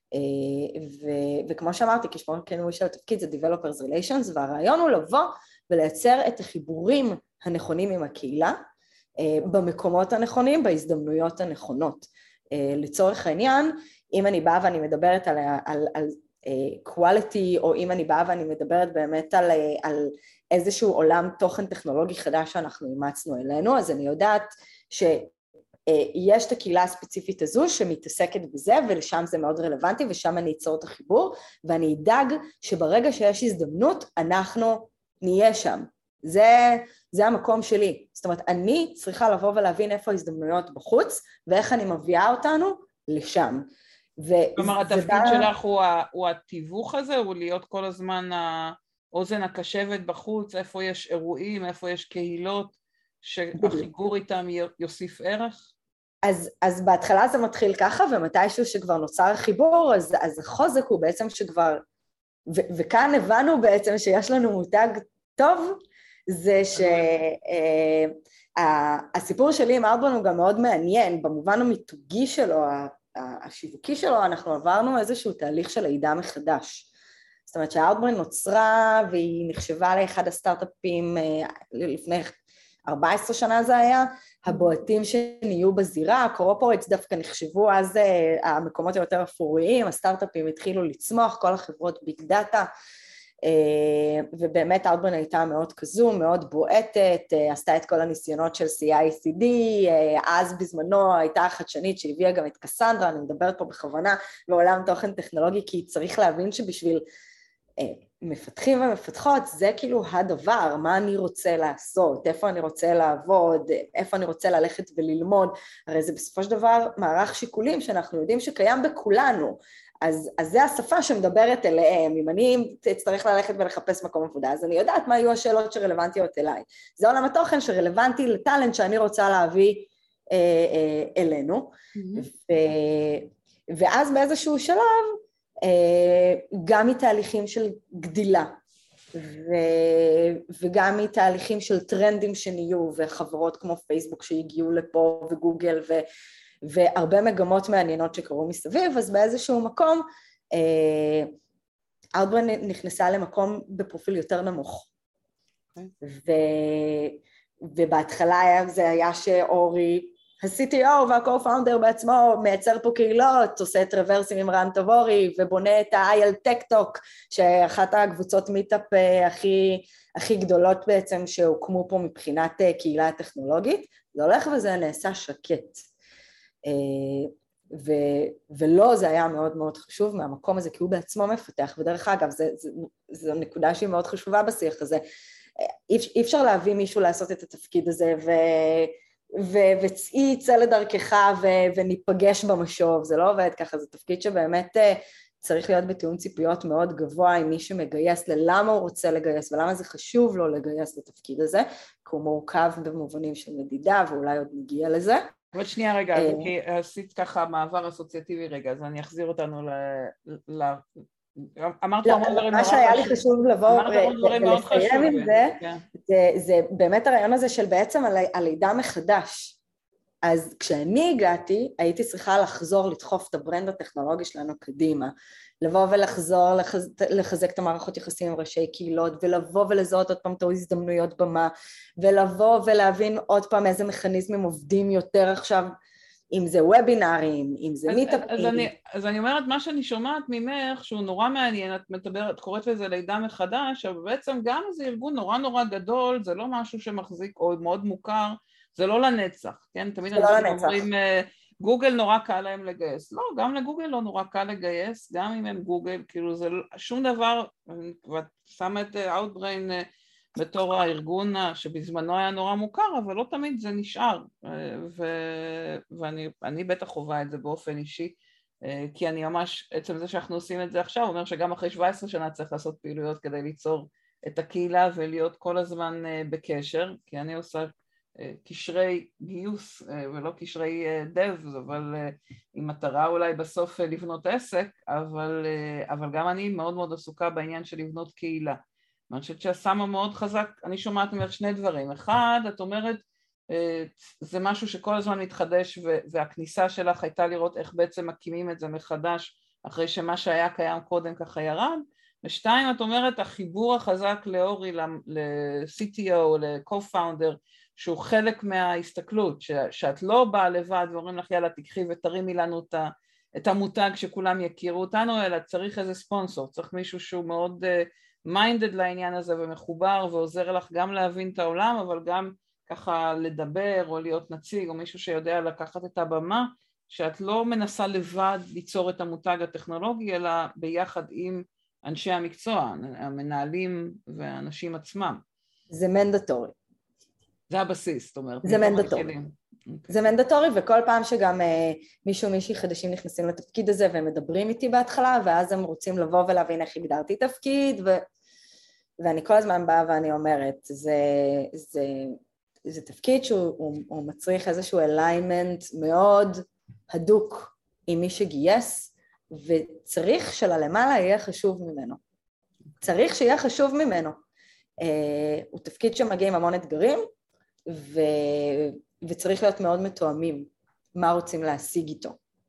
ו- וכמו שאמרתי, כשמו כן של התפקיד זה Developers Relations, והרעיון הוא לבוא ולייצר את החיבורים הנכונים עם הקהילה, במקומות הנכונים, בהזדמנויות הנכונות. לצורך העניין, אם אני באה ואני מדברת על, על, על quality, או אם אני באה ואני מדברת באמת על, על איזשהו עולם תוכן טכנולוגי חדש שאנחנו אימצנו אלינו, אז אני יודעת ש... יש את הקהילה הספציפית הזו שמתעסקת בזה, ולשם זה מאוד רלוונטי, ושם אני אצור את החיבור, ואני אדאג שברגע שיש הזדמנות, אנחנו נהיה שם. זה, זה המקום שלי. זאת אומרת, אני צריכה לבוא ולהבין איפה ההזדמנויות בחוץ, ואיך אני מביאה אותנו לשם. כלומר, התפקיד בא... שלך הוא, הוא התיווך הזה, הוא להיות כל הזמן האוזן הקשבת בחוץ, איפה יש אירועים, איפה יש קהילות, שהחיבור איתם יוסיף ערך? אז, אז בהתחלה זה מתחיל ככה, ומתישהו שכבר נוצר חיבור, אז, אז החוזק הוא בעצם שכבר, ו, וכאן הבנו בעצם שיש לנו מותג טוב, זה שהסיפור שלי עם Outbrain הוא גם מאוד מעניין, במובן המיתוגי שלו, השיווקי שלו, אנחנו עברנו איזשהו תהליך של לידה מחדש. זאת אומרת שה-Outbrain נוצרה, והיא נחשבה לאחד הסטארט-אפים לפני ארבע עשרה שנה זה היה, הבועטים שנהיו בזירה, הקורפורטס דווקא נחשבו אז המקומות היותר אפוריים, הסטארט-אפים התחילו לצמוח, כל החברות ביג דאטה, ובאמת Outbrain הייתה מאוד כזו, מאוד בועטת, עשתה את כל הניסיונות של סי איי סי די, אז בזמנו הייתה החדשנית שהביאה גם את קסנדרה, אני מדברת פה בכוונה בעולם תוכן טכנולוגי, כי צריך להבין שבשביל מפתחים ומפתחות, זה כאילו הדבר, מה אני רוצה לעשות, איפה אני רוצה לעבוד, איפה אני רוצה ללכת וללמוד, הרי זה בסופו של דבר מערך שיקולים שאנחנו יודעים שקיים בכולנו, אז, אז זה השפה שמדברת אליהם. אם אני אצטרך ללכת ולחפש מקום עבודה, אז אני יודעת מה יהיו השאלות שרלוונטיות אליי. זה עולם התוכן שרלוונטי לטלנט שאני רוצה להביא אה, אה, אלינו, mm-hmm. ו, ואז באיזשהו שלב, אה, גם מתהליכים של גדילה, ו, וגם מתהליכים של טרנדים שנהיו, וחברות כמו פייסבוק שהגיעו לפה, וגוגל, ו... והרבה מגמות מעניינות שקרו מסביב, אז באיזשהו מקום, Outbrain נכנסה למקום בפרופיל יותר נמוך. Okay. ו... ובהתחלה היה, זה היה שאורי, ה-סי טי או וה-co-founder בעצמו, מייצר פה קהילות, עושה את רוורסים עם רן תבורי, ובונה את ה-איי על טק-טוק, שאחת הקבוצות מיטאפ הכי, הכי גדולות בעצם, שהוקמו פה מבחינת קהילה הטכנולוגית, זה הולך וזה נעשה שקט. ו, ולא, זה היה מאוד מאוד חשוב מהמקום הזה, כי הוא בעצמו מפתח, ודרך אגב, זה, זה, זו נקודה שהיא מאוד חשובה בשיח הזה, אי, אי אפשר להביא מישהו לעשות את התפקיד הזה, ו, ו, וצאי יצא לדרכך, ו, וניפגש במשוב, זה לא עובד ככה, זה תפקיד שבאמת צריך להיות בתיאום ציפיות מאוד גבוה, עם מי שמגייס ללמה הוא רוצה לגייס, ולמה זה חשוב לו לגייס לתפקיד הזה, כי הוא מורכב במובנים של מדידה, ואולי עוד נגיע לזה, אבל שנייה רגע, כי עשית ככה מעבר אסוציאטיבי רגע, אז אני אחזיר אותנו ל... אמרת המון דברים נורא חשוב. מה שהיה לי חשוב לבוא ולסיים עם זה, זה באמת הרעיון הזה של בעצם הלידה מחדש. אז כשאני הגעתי, הייתי צריכה לחזור לדחוף את הברנד הטכנולוגי שלנו קדימה, לבוא ולחזור, לחזק את המערכות יחסים עם ראשי קהילות, ולבוא ולזהות עוד פעם את ההזדמנויות במה, ולבוא ולהבין עוד פעם איזה מכניזמים עובדים יותר עכשיו, אם זה וובינארים, אם זה מיטאפים. אז, אז, אז אני אומרת, מה שאני שומעת ממך, שהוא נורא מעניין, את מדברת, את קוראת לזה לידה מחדש, אבל בעצם גם זה ארגון נורא נורא גדול, זה לא משהו שמחזיק או מאוד מוכר, זה לא לנצח, כן? תמיד אנחנו אומרים, גוגל נורא קל להם לגייס. לא, גם לגוגל לא נורא קל לגייס, גם אם הם גוגל, כאילו זה שום דבר, ואת שמה את Outbrain בתור הארגון שבזמנו היה נורא מוכר, אבל לא תמיד זה נשאר, ו... ואני אני בטח חובה את זה באופן אישי, כי אני ממש, עצם זה שאנחנו עושים את זה עכשיו, אומר שגם אחרי שבע עשרה שנה צריך לעשות פעילויות כדי ליצור את הקהילה ולהיות כל הזמן בקשר, כי אני עושה קשרי גיוס ולא קשרי דב, אבל עם מטרה אולי בסוף לבנות עסק, אבל, אבל גם אני מאוד מאוד עסוקה בעניין של לבנות קהילה. אני חושבת שהסמה מאוד חזק, אני שומעת ממך שני דברים. אחד, את אומרת, זה משהו שכל הזמן מתחדש, והכניסה שלך הייתה לראות איך בעצם מקימים את זה מחדש, אחרי שמה שהיה קיים קודם ככה ירד. ושתיים, את אומרת, החיבור החזק לאורי, ל-סי טי או, ל-co-founder, שהוא חלק מההסתכלות, שאת לא באה לבד ואומרים לך, יאללה, תקחי ותרימי לנו את המותג שכולם יכירו אותנו, אלא צריך איזה ספונסור, צריך מישהו שהוא מאוד מיינדד לעניין הזה ומחובר, ועוזר לך גם להבין את העולם, אבל גם ככה לדבר או להיות נציג, או מישהו שיודע לקחת את הבמה, שאת לא מנסה לבד ליצור את המותג הטכנולוגי, אלא ביחד עם אנשי המקצוע, המנהלים והאנשים עצמם. זה מנדטורי. זה הבסיס, זאת אומרת. זה מנדטורי. זה מנדטורי, וכל פעם שגם מישהו מישהי חדשים נכנסים לתפקיד הזה, והם מדברים איתי בהתחלה, ואז הם רוצים לבוא ולהבין איך הגדרתי תפקיד, ו... ואני כל הזמן באה ואני אומרת, זה, זה, זה תפקיד שהוא הוא מצריך איזשהו alignment מאוד הדוק עם מי שגייס, וצריך שללמעלה יהיה חשוב ממנו. צריך שיהיה חשוב ממנו. הוא תפקיד שמגיע עם המון אתגרים, ו... וצריך להיות מאוד מתואמים מה רוצים להשיג איתו.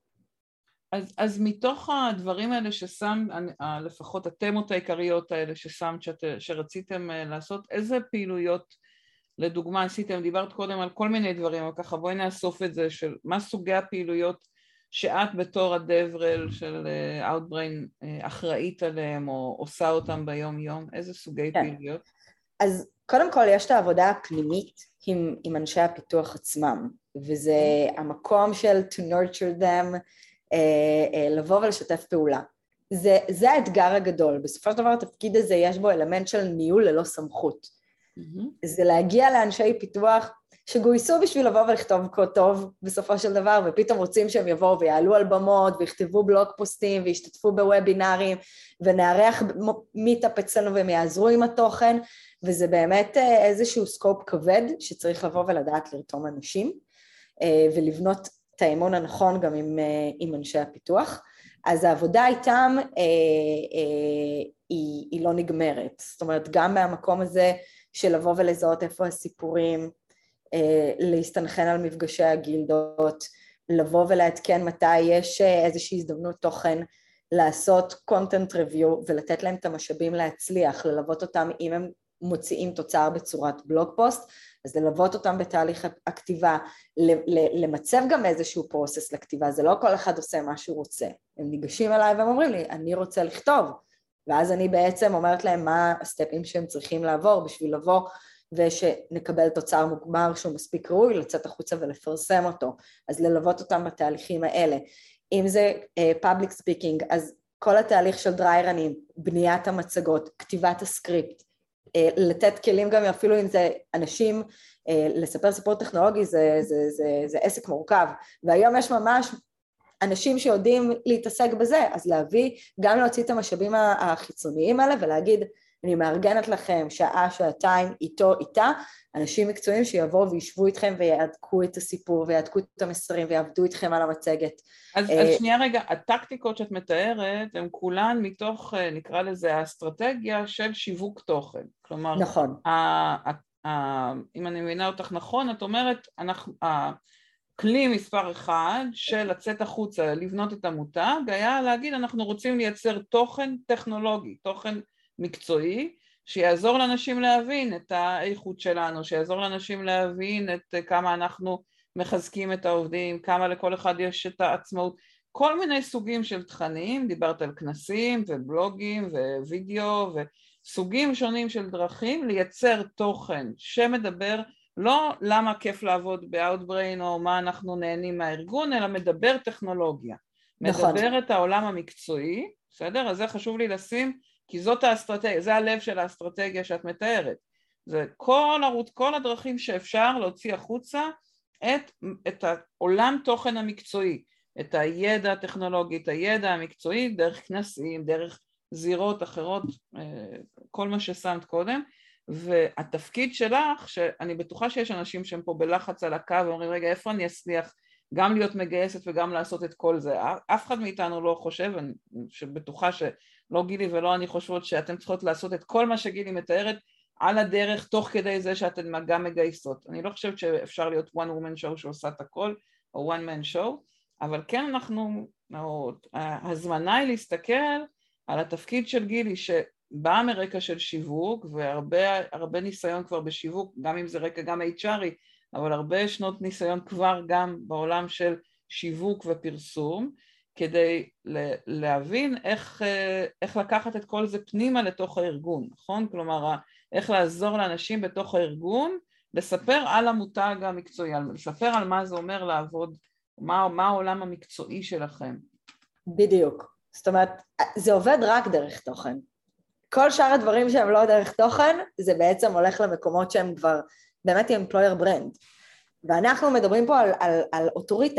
אז, אז מתוך הדברים האלה ששם, לפחות התמות העיקריות האלה ששמת, שאת, שרציתם לעשות, איזה פעילויות, לדוגמה עשיתם, דיברת קודם על כל מיני דברים, אבל ככה בואי נאסוף את זה, של מה סוגי הפעילויות שאת בתור הדברל של Outbrain אחראית עליהם, או עושה אותם ביום יום, איזה סוגי כן. פעילויות? אז קודם כל יש את העבודה הפנימית עם, עם אנשי הפיתוח עצמם, וזה המקום של to nurture them, אה, אה, לבוא ולשתף פעולה. זה, זה האתגר הגדול, בסופו של דבר התפקיד הזה יש בו אלמנט של ניהול ללא סמכות. Mm-hmm. זה להגיע לאנשי פיתוח שגויסו בשביל לבוא ולכתוב קוד טוב בסופו של דבר, ופתאום רוצים שהם יבואו ויעלו על במות, ויכתבו בלוג פוסטים, וישתתפו בוובינרים, ונערך מיטאפ אצלנו והם יעזרו עם התוכן, וזה באמת איזשהו סקופ כבד שצריך לבוא ולדעת לרתום אנשים, ולבנות את האמון הנכון גם עם, עם אנשי הפיתוח. אז העבודה איתם אה, אה, היא, היא לא נגמרת. זאת אומרת, גם מהמקום הזה של לבוא ולזהות איפה הסיפורים, אה, להסתנכן על מפגשי הגילדות, לבוא ולעדכן מתי יש איזושהי הזדמנות תוכן, לעשות content review ולתת להם את המשאבים להצליח, ללוות אותם אם הם מוציאים תוצר בצורת בלוג פוסט, אז ללוות אותם בתהליך הכתיבה, למצב גם איזשהו פרוסס לכתיבה, זה לא כל אחד עושה מה שהוא רוצה, הם ניגשים אליי והם אומרים לי, אני רוצה לכתוב, ואז אני בעצם אומרת להם מה הסטפים שהם צריכים לעבור בשביל לבוא, ושנקבל תוצר מוגמר שהוא מספיק ראוי, לצאת החוצה ולפרסם אותו, אז ללוות אותם בתהליכים האלה, אם זה uh, public speaking, אז כל התהליך של דריירנים, בניית המצגות, כתיבת הסקריפט, לתת כלים גם אפילו אם זה אנשים, לספר סיפור טכנולוגי זה, זה, זה, זה עסק מורכב, והיום יש ממש אנשים שיודעים להתעסק בזה, אז להביא, גם להוציא את המשאבים החיצוניים האלה ולהגיד, אני מארגנת לכם שעה, שעתיים, איתו, איתה, אנשים מקצועיים שיבואו וישבו איתכם ויעדכו את הסיפור, ויעדכו את המסרים ויעבדו איתכם על המצגת. אז, אז שנייה רגע, הטקטיקות שאת מתארת, הן כולן מתוך, נקרא לזה, האסטרטגיה של שיווק תוכן. כלומר, נכון. ה, ה, ה, אם אני מבינה אותך נכון, את אומרת, אנחנו, הכלי מספר אחד של לצאת החוצה, לבנות את המותג, היה להגיד, אנחנו רוצים לייצר תוכן טכנולוגי, תוכן מקצועי, שיעזור לאנשים להבין את האיכות שלנו, שיעזור לאנשים להבין את כמה אנחנו מחזקים את העובדים, כמה לכל אחד יש את העצמאות, כל מיני סוגים של תכנים, דיברת על כנסים ובלוגים ווידאו וסוגים שונים של דרכים, לייצר תוכן שמדבר לא למה כיף לעבוד ב-Outbrain או מה אנחנו נהנים מהארגון, אלא מדבר טכנולוגיה, נכון. מדבר את העולם המקצועי, בסדר? אז זה חשוב לי לשים, כי זאת האסטרטגיה, זה הלב של האסטרטגיה שאת מתארת. זה כל ערוץ, כל הדרכים שאפשר להוציא החוצה את, את העולם תוכן המקצועי, את הידע הטכנולוגי, את הידע המקצועי, דרך כנסים, דרך זירות אחרות, כל מה ששמת קודם, והתפקיד שלך, שאני בטוחה שיש אנשים שהם פה בלחץ על הקו, ואומרים, רגע, איפה אני אצליח גם להיות מגייסת וגם לעשות את כל זה? אף אחד מאיתנו לא חושב, אני שבטוחה ש... לא גילי ולא אני חושבות שאתם צריכות לעשות את כל מה שגילי מתארת על הדרך תוך כדי זה שאתן גם מגייסות. אני לא חושבת שאפשר להיות one woman show שעושה את הכל, או one man show, אבל כן אנחנו, או, הזמנה היא להסתכל על התפקיד של גילי שבאה מרקע של שיווק, והרבה הרבה ניסיון כבר בשיווק, גם אם זה רקע גם אייץ' אר, אבל הרבה שנות ניסיון כבר גם בעולם של שיווק ופרסום, כדי להבין איך, איך לקחת את כל זה פנימה לתוך הארגון, נכון? כלומר, איך לעזור לאנשים בתוך הארגון, לספר על המותג המקצועי, לספר על מה זה אומר לעבוד, מה, מה העולם המקצועי שלכם. בדיוק. זאת אומרת, זה עובד רק דרך תוכן. כל שאר הדברים שהם לא דרך תוכן, זה בעצם הולך למקומות שהם כבר באמת employer brand. ואנחנו מדברים פה על, על, על אוטוריטה.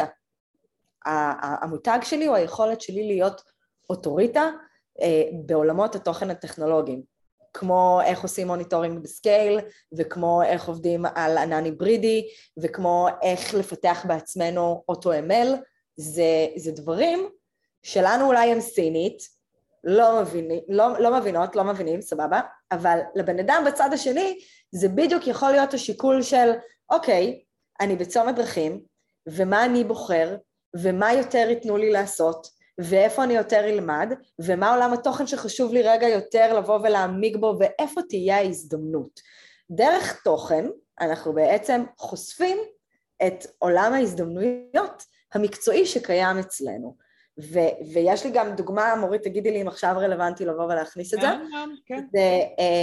המותג שלי הוא היכולת שלי להיות אוטוריטה בעולמות התוכן הטכנולוגיים, כמו איך עושים מוניטורינג בסקייל, וכמו איך עובדים על ענן היברידי, וכמו איך לפתח בעצמנו אוטו-אם אל, זה, זה דברים שלנו אולי הם סינית, לא, מביני, לא, לא מבינות, לא מבינים, סבבה, אבל לבן אדם בצד השני, זה בדיוק יכול להיות השיקול של, אוקיי, אני בצומת דרכים, ומה אני בוחר, ומה יותר ייתנו לי לעשות, ואיפה אני יותר אלמד, ומה עולם התוכן שחשוב לי רגע יותר לבוא ולהעמיק בו, ואיפה תהיה ההזדמנות. דרך תוכן, אנחנו בעצם חושפים את עולם ההזדמנויות המקצועי שקיים אצלנו. ו- ויש לי גם דוגמה, מורית, תגידי לי אם עכשיו רלוונטי לבוא ולהכניס את זה. כן. זה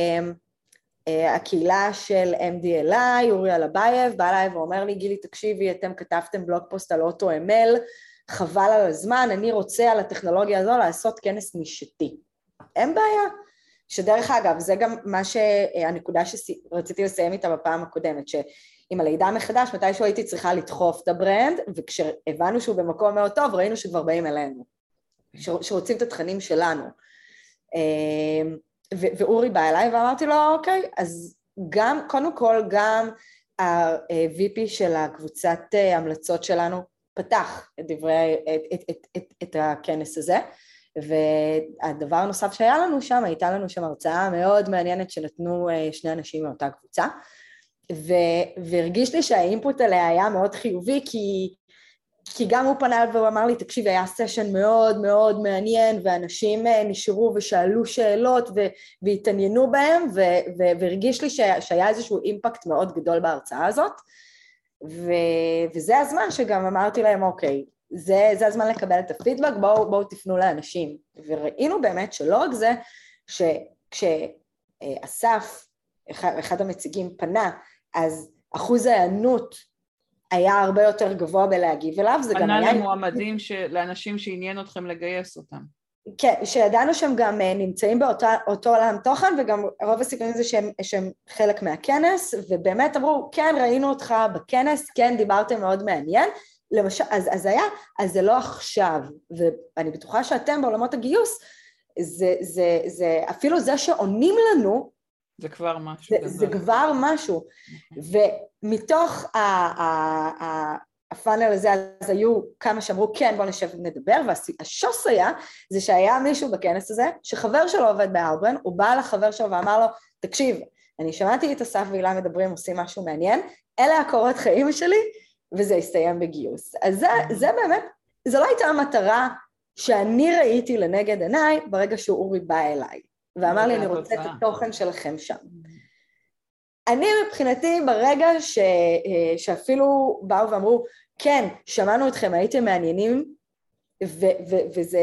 uh, הקהילה של אם די אל איי, אורי אלבייב, בא אליי ואומר לי, גילי, תקשיבי, אתם כתבתם בלוג פוסט על אוטו-אם אל, חבל על הזמן, אני רוצה על הטכנולוגיה הזו לעשות כנס נישתי. אין בעיה. שדרך אגב, זה גם מה שהנקודה שרציתי לסיים איתה בפעם הקודמת, שאם עם הלידה מחדש, מתישהו הייתי צריכה לדחוף את הברנד, וכשהבנו שהוא במקום מאוד טוב, ראינו שכבר באים אלינו, שרוצים את התכנים שלנו. ואורי בא אליי ואמרתי לו, אוקיי, אז גם, קודם כל, גם ה-וי פי של הקבוצת המלצות שלנו פתח את דברי, את, את, את, את, את הכנס הזה, והדבר הנוסף שהיה לנו שם, הייתה לנו שם הרצאה מאוד מעניינת שנתנו שני אנשים מאותה קבוצה, והרגיש לי שהאינפוט עליה היה מאוד חיובי, כי, כי גם הוא פנה והוא אמר לי, תקשיב, היה סשן מאוד מאוד מעניין, ואנשים נשארו ושאלו שאלות והתעניינו בהם, והרגיש לי שהיה איזשהו אימפקט מאוד גדול בהרצאה הזאת, וזה הזמן שגם אמרתי להם, אוקיי, זה, זה הזמן לקבל את הפידבק, בואו, בואו תפנו לאנשים. וראינו באמת שלא רק זה, שכשאסף, אחד, אחד המציגים פנה, אז אחוז הענות היה הרבה יותר גבוה בלהגיב אליו, זה גם היה... פנה למועמדים, ש... לאנשים שעניין אתכם לגייס אותם. כן, שידענו שהם גם נמצאים באותו עולם תוכן, וגם רוב הסיכויים זה שהם, שהם חלק מהכנס, ובאמת אמרו, כן, ראינו אותך בכנס, כן, דיברתם מאוד מעניין, למשל, אז, אז היה, אז זה לא עכשיו, ואני בטוחה שאתם בעולמות הגיוס, זה, זה, זה, אפילו זה שעונים לנו, זה כבר משהו. זה, זה כבר משהו, ומתוך ה, ה, ה, הפאנל הזה, אז היו כמה שאמרו, כן, בוא נשב ונדבר, והשוס היה, זה שהיה מישהו בכנס הזה, שחבר שלו עובד באלברן, הוא בא לחבר שלו ואמר לו, תקשיב, אני שמעתי את אסף והילה מדברים, עושים משהו מעניין, אלה הקורות חיים שלי, וזה הסתיים בגיוס. אז זה, זה באמת, זו לא הייתה המטרה שאני ראיתי לנגד עיניי, ברגע שאורי בא אליי, ואמר לי, אני רוצה את התוכן שלכם שם. אני מבחינתי, ברגע ש, שאפילו באו ואמרו, כן, שמענו אתכם, הייתם מעניינים, ו, ו, וזה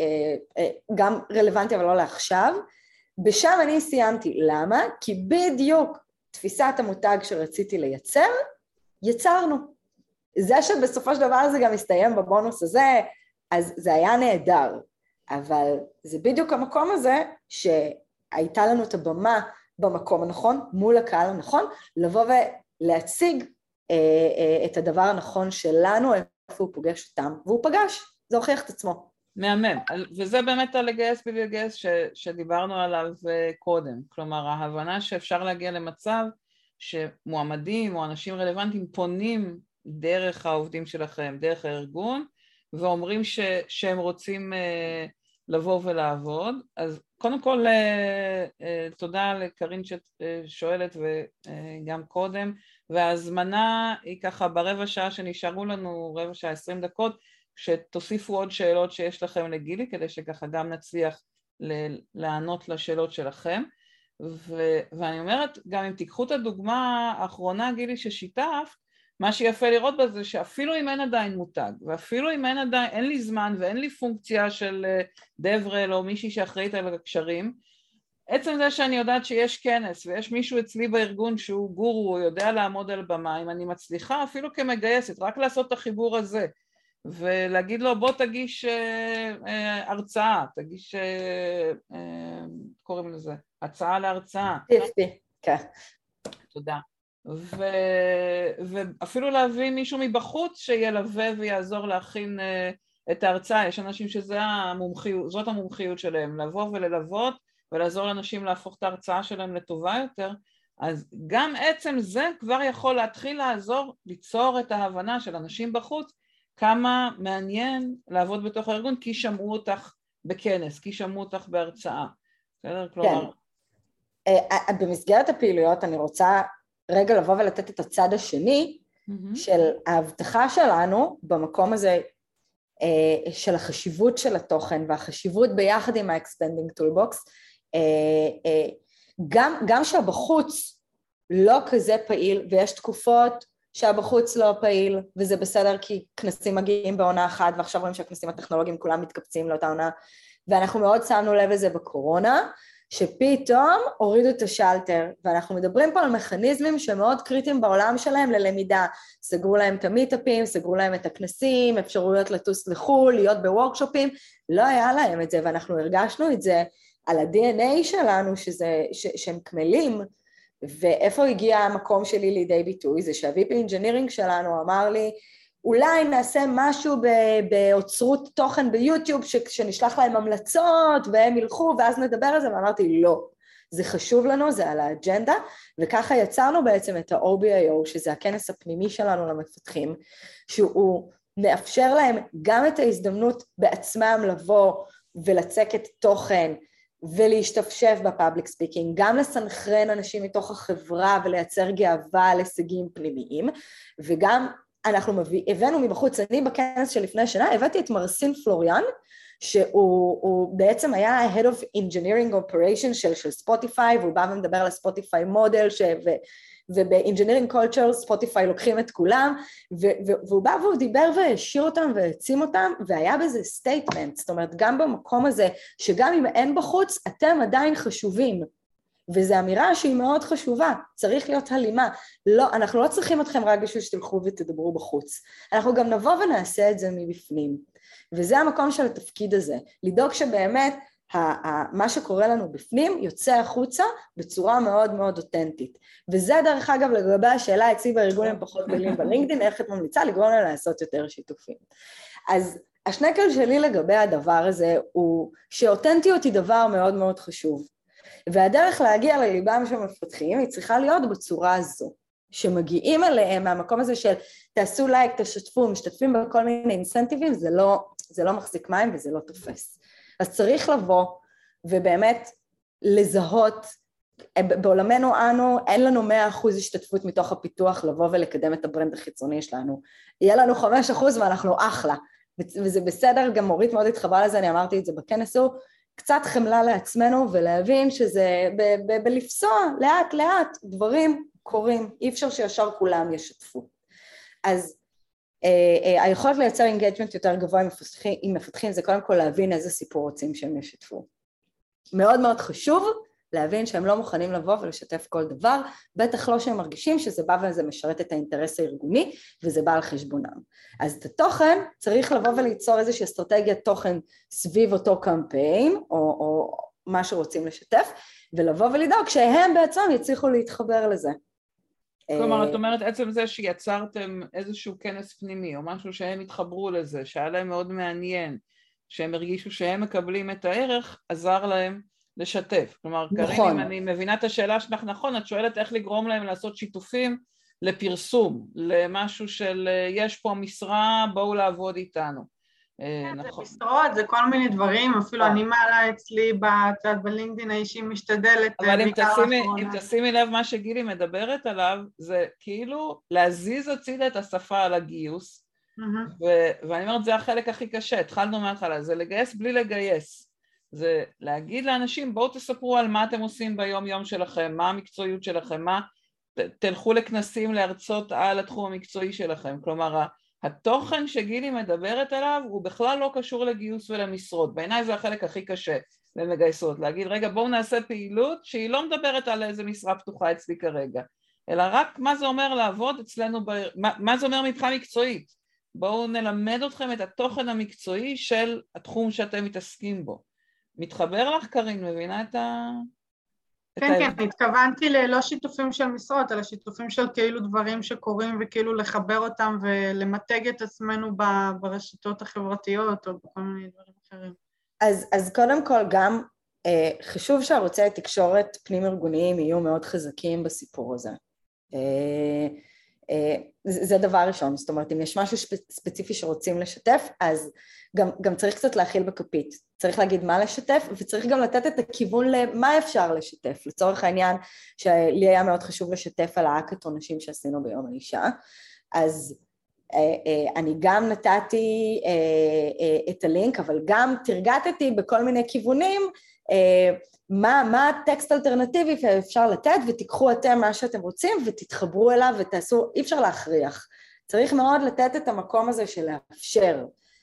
גם רלוונטי, אבל לא לעכשיו, בשם אני סיימתי. למה? כי בדיוק תפיסת המותג שרציתי לייצר, יצרנו. זה שבסופו של דבר זה גם מסתיים בבונוס הזה, אז זה היה נהדר, אבל זה בדיוק המקום הזה שהייתה לנו את הבמה במקום הנכון, מול הקהל הנכון, לבוא ולהציג אה, אה, את הדבר הנכון שלנו, איפה הוא פוגש אותם, והוא פגש, זה הוכיח את עצמו. מהמם, וזה באמת הלגייס בלי לגייס ש, שדיברנו עליו קודם, כלומר ההבנה שאפשר להגיע למצב שמועמדים או אנשים רלוונטיים פונים דרך העובדים שלכם, דרך הארגון, ואומרים ש, שהם רוצים אה, לבוא ולעבוד. אז קודם כל, אה, אה, תודה לקרין ששואלת וגם קודם, וההזמנה היא ככה ברבע שעה שנשארו לנו, רבע שעה עשרים דקות, שתוסיפו עוד שאלות שיש לכם לגילי, כדי שככה גם נצליח לענות לשאלות שלכם. ו- ואני אומרת, גם אם תיקחו את הדוגמה האחרונה, גילי, ששיתף, מה שיפה לראות בזה שאפילו אם אין עדיין מותג, ואפילו אם אין עדיין, אין לי זמן ואין לי פונקציה של דברל או מישהי שאחראית על הקשרים, עצם זה שאני יודעת שיש כנס ויש מישהו אצלי בארגון שהוא גורו, הוא יודע לעמוד על במה, אם אני מצליחה אפילו כמגייסת, רק לעשות את החיבור הזה, ולהגיד לו בוא תגיש אה, אה, הרצאה, תגיש, אה, אה, קוראים לזה, הצעה להרצאה. כן. תודה. ו... ואפילו להביא מישהו מבחוץ שילווה ויעזור להכין uh, את ההרצאה. יש אנשים שזה המומחיות, זאת המומחיות שלהם, לבוא וללוות ולעזור לאנשים להפוך את ההרצאה שלהם לטובה יותר. אז גם עצם זה כבר יכול להתחיל לעזור, ליצור את ההבנה של אנשים בחוץ, כמה מעניין לעבוד בתוך הארגון, כי שמעו אותך בכנס, כי שמעו אותך בהרצאה. בסדר? כלומר... כן. במסגרת הפעילויות אני רוצה רגע לבוא ולתת את הצד השני mm-hmm. של ההבטחה שלנו במקום הזה אה, של החשיבות של התוכן והחשיבות ביחד עם ה-Expanding Toolbox, אה, אה, גם, גם שהבחוץ לא כזה פעיל ויש תקופות שהבחוץ לא פעיל וזה בסדר כי כנסים מגיעים בעונה אחת ועכשיו רואים שהכנסים הטכנולוגיים כולם מתקבצים לאותה עונה ואנחנו מאוד שמנו לב לזה בקורונה, שפתאום הורידו את השלטר, ואנחנו מדברים פה על מכניזמים שמאוד קריטיים בעולם שלהם ללמידה, סגרו להם את המיטאפים, סגרו להם את הכנסים, אפשרויות לטוס לחול, להיות בוורקשופים, לא היה להם את זה, ואנחנו הרגשנו את זה על ה-די אן איי שלנו, שזה, ש, שהם כמלים, ואיפה הגיע המקום שלי לידי ביטוי? זה שה-וי פי Engineering שלנו אמר לי, אולי נעשה משהו באוצרות תוכן ביוטיוב, שנשלח להם המלצות והם ילכו ואז נדבר על זה, ואמרתי לא, זה חשוב לנו, זה על האג'נדה, וככה יצרנו בעצם את ה-או בי איי או, שזה הכנס הפנימי שלנו למפתחים, שהוא מאפשר להם גם את ההזדמנות בעצמם לבוא ולצקת תוכן, ולהשתפשף בפאבליק ספיקינג, גם לסנכרן אנשים מתוך החברה ולייצר גאווה על הישגים פנימיים, וגם אנחנו מביא, הבאנו מבחוץ, אני בכנס שלפני שנה, הבאתי את מרסין פלוריאן, שהוא בעצם היה ה-Head of Engineering Operation של, של ספוטיפיי, והוא בא ומדבר על הספוטיפיי מודל, ש, ו, וב-Engineering Culture ספוטיפיי לוקחים את כולם, ו, ו, והוא בא והוא דיבר והשאיר אותם והעצים אותם, והיה בזה סטייטמנט, זאת אומרת גם במקום הזה, שגם אם אין בחוץ, אתם עדיין חשובים, וזו אמירה שהיא מאוד חשובה, צריך להיות הלימה, לא, אנחנו לא צריכים אתכם רק בשביל שתלכו ותדברו בחוץ, אנחנו גם נבוא ונעשה את זה מבפנים, וזה המקום של התפקיד הזה, לדאוג שבאמת מה שקורה לנו בפנים יוצא החוצה בצורה מאוד מאוד אותנטית, וזה דרך אגב לגבי השאלה אצלי בארגון הם פחות פעילים בלינקדין, איך את ממליצה לגרום לה לעשות יותר שיתופים. אז השנקל שלי לגבי הדבר הזה הוא שאותנטיות היא דבר מאוד מאוד חשוב, והדרך להגיע לליבם של מפתחים היא צריכה להיות בצורה הזו, שמגיעים אליהם מהמקום הזה של תעשו לייק, תשתפו, משתתפים בכל מיני אינסנטיבים, זה לא, זה לא מחזיק מים וזה לא תופס. אז צריך לבוא ובאמת לזהות, בעולמנו אנו אין לנו מאה אחוז השתתפות מתוך הפיתוח לבוא ולקדם את הברנד החיצוני שלנו, יהיה לנו חמישה אחוז ואנחנו אחלה, וזה בסדר, גם מורית מאוד התחברה לזה, אני אמרתי את זה בכנס הוא, קצת חמלה לעצמנו ולהבין שזה ב- ב- בלפסוע לאט לאט דברים קורים, אי אפשר שישר כולם ישתפו. אז אה, אה, היכולת לייצר אינגייג'מנט יותר גבוה עם מפתחים, עם מפתחים זה קודם כל להבין איזה סיפור רוצים שהם ישתפו. מאוד מאוד חשוב להבין שהם לא מוכנים לבוא ולשתף כל דבר, בטח לא שהם מרגישים שזה בא וזה משרת את האינטרס הארגוני וזה בא על חשבונם. אז את התוכן צריך לבוא וליצור איזושהי אסטרטגיית תוכן סביב אותו קמפיין או, או מה שרוצים לשתף, ולבוא ולדאוג שהם בעצמם יצליחו להתחבר לזה. כלומר, את אומרת עצם זה שיצרתם איזשהו כנס פנימי או משהו שהם התחברו לזה, שהיה להם מאוד מעניין, שהם הרגישו שהם מקבלים את הערך, עזר להם לשתף. כלומר, נכון. קרין, אם אני מבינה את השאלה שלך נכון, את שואלת איך לגרום להם לעשות שיתופים לפרסום, למשהו של יש פה משרה, בואו לעבוד איתנו. נכון. זה משרות, זה כל מיני דברים, אפילו אני מעלה אצלי בצד בלינקדין האישי משתדלת. אבל אם תשימי, אם תשימי לב מה שגילי מדברת עליו, זה כאילו להזיז הצידה את השפה על הגיוס, ו- ואני אומרת, זה החלק הכי קשה, התחלנו מההתחלה, זה לגייס בלי לגייס. זה להגיד לאנשים, בואו תספרו על מה אתם עושים ביום יום שלכם, מה המקצועיות שלכם, מה, ת, תלכו לכנסים להרצות על התחום המקצועי שלכם, כלומר, התוכן שגילי מדברת עליו הוא בכלל לא קשור לגיוס ולמשרות, בעיניי זה החלק הכי קשה למגייסות, להגיד רגע בואו נעשה פעילות שהיא לא מדברת על איזה משרה פתוחה אצלי כרגע, אלא רק מה זה אומר לעבוד אצלנו, ב... מה, מה זה אומר מבחינה מקצועית, בואו נלמד אתכם את התוכן המקצועי של התחום שאתם מתעסקים בו. מתחבר לך קרין, מבינה את ה... כן, כן, התכוונתי ללא שיתופים של משרות, אלא שיתופים של כאילו דברים שקורים וכאילו לחבר אותם ולמתג את עצמנו ברשתות החברתיות או בכל מיני דברים אחרים. אז, אז קודם כל גם אה, חשוב שערוצי התקשורת פנים ארגוניים יהיו מאוד חזקים בסיפור הזה. אה, אה, זה, זה דבר ראשון, זאת אומרת אם יש משהו ספציפי שרוצים לשתף, אז גם, גם צריך קצת להכיל בכפית, צריך להגיד מה לשתף וצריך גם לתת את הכיוון למה אפשר לשתף, לצורך העניין שלי היה מאוד חשוב לשתף על האקתון נשים שעשינו ביום האישה, אז אני גם נתתי את הלינק אבל גם תרגטתי בכל מיני כיוונים מה, מה הטקסט אלטרנטיבי שאפשר לתת ותיקחו אתם מה שאתם רוצים ותתחברו אליו ותעשו, אי אפשר להכריח, צריך מאוד לתת את המקום הזה של לאפשר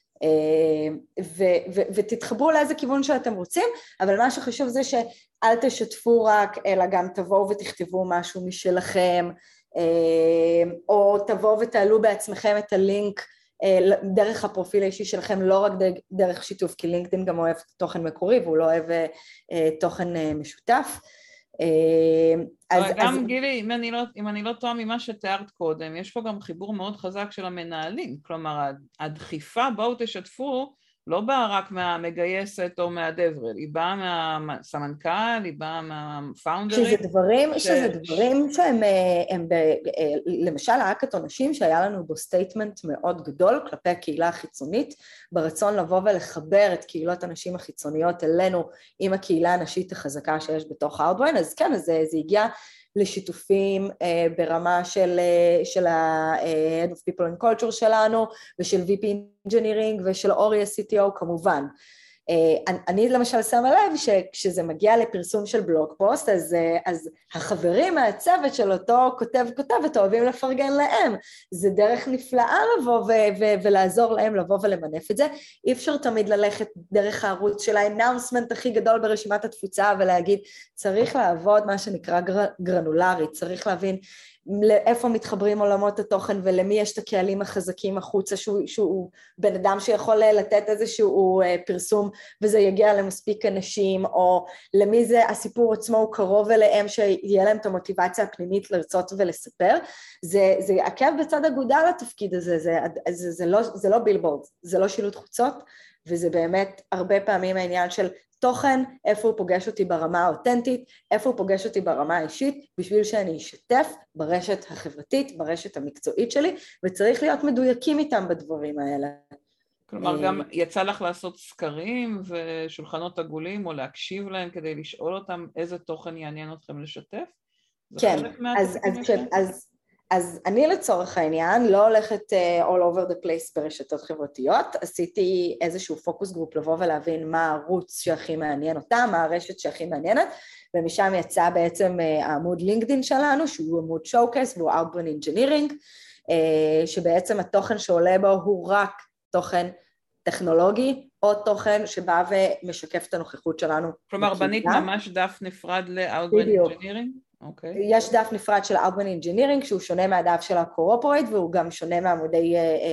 ו- ו- ותתחברו לאיזה כיוון שאתם רוצים, אבל מה שחשוב זה שאל תשתפו רק, אלא גם תבואו ותכתבו משהו משלכם, או תבואו ותעלו בעצמכם את הלינק דרך הפרופיל האישי שלכם, לא רק דרך שיתוף, כי לינקדאין גם אוהב תוכן מקורי, והוא לא אוהב תוכן משותף, אז, גם אז... גילי, אם אני, לא, אם אני לא טועה ממה שתיארת קודם, יש פה גם חיבור מאוד חזק של המנהלים, כלומר הדחיפה בואו תשתפו, לא באה רק מהמגייסת או מהדברל, היא באה מהסמנכ"ל, היא באה מהפאונדרים. שזה דברים, ש... שזה דברים שהם, הם ב... למשל האקת אנשים שהיה לנו בו סטייטמנט מאוד גדול כלפי הקהילה החיצונית, ברצון לבוא ולחבר את קהילות הנשים החיצוניות אלינו עם הקהילה הנשית החזקה שיש בתוך Outbrain, אז כן, אז זה, זה הגיע לשיתופים uh, ברמה של, uh, של ה-Head of People and Culture שלנו, ושל וי פי Engineering ושל אורי ה-סי טי או כמובן. Uh, אני, אני למשל שמה לב שכשזה מגיע לפרסום של בלוג פוסט, אז, uh, אז החברים מהצוות של אותו כותב כותבת אוהבים לפרגן להם. זה דרך נפלאה לבוא ו- ו- ולעזור להם לבוא ולמנף את זה. אי אפשר תמיד ללכת דרך הערוץ של האנאונסמנט הכי גדול ברשימת התפוצה ולהגיד, צריך לעבוד מה שנקרא גר- גרנולרי, צריך להבין לאיפה מתחברים עולמות התוכן ולמי יש את הקהלים החזקים החוצה, שהוא, שהוא בן אדם שיכול לתת איזשהו פרסום וזה יגיע למספיק אנשים, או למי זה הסיפור עצמו הוא קרוב אליהם שיהיה להם את המוטיבציה הפנימית לרצות ולספר. זה, זה עקב בצד אגודל לתפקיד הזה, זה, זה, זה, לא, זה לא בילבורד, זה לא שילוט חוצות, וזה באמת הרבה פעמים העניין של תוכן, איפה הוא פוגש אותי ברמה האותנטית, איפה הוא פוגש אותי ברמה האישית, בשביל שאני אשתף ברשת החברתית, ברשת המקצועית שלי, וצריך להיות מדויקים איתם בדברים האלה. כלומר, גם יצא לך לעשות סקרים ושולחנות עגולים, או להקשיב להם כדי לשאול אותם איזה תוכן יעניין אתכם לשתף? כן, אז, אז, אז, אז אני לצורך העניין לא הולכת uh, all over the place ברשתות חברתיות, עשיתי איזשהו פוקוס גרופ לבוא ולהבין מה הערוץ שהכי מעניין אותה, מה הרשת שהכי מעניינת, ומשם יצא בעצם uh, העמוד לינקדין שלנו, שהוא עמוד שואו-קייס והוא Outbrain Engineering, uh, שבעצם התוכן שעולה בו הוא רק תוכן טכנולוגי, או תוכן שבא ומשקף את הנוכחות שלנו. כלומר, בנית ממש דף נפרד ל-Outbrain Engineering? Okay. יש דף נפרד של Outbrain Engineering, שהוא שונה מהדף של ה-Corporate, והוא גם שונה מעמודי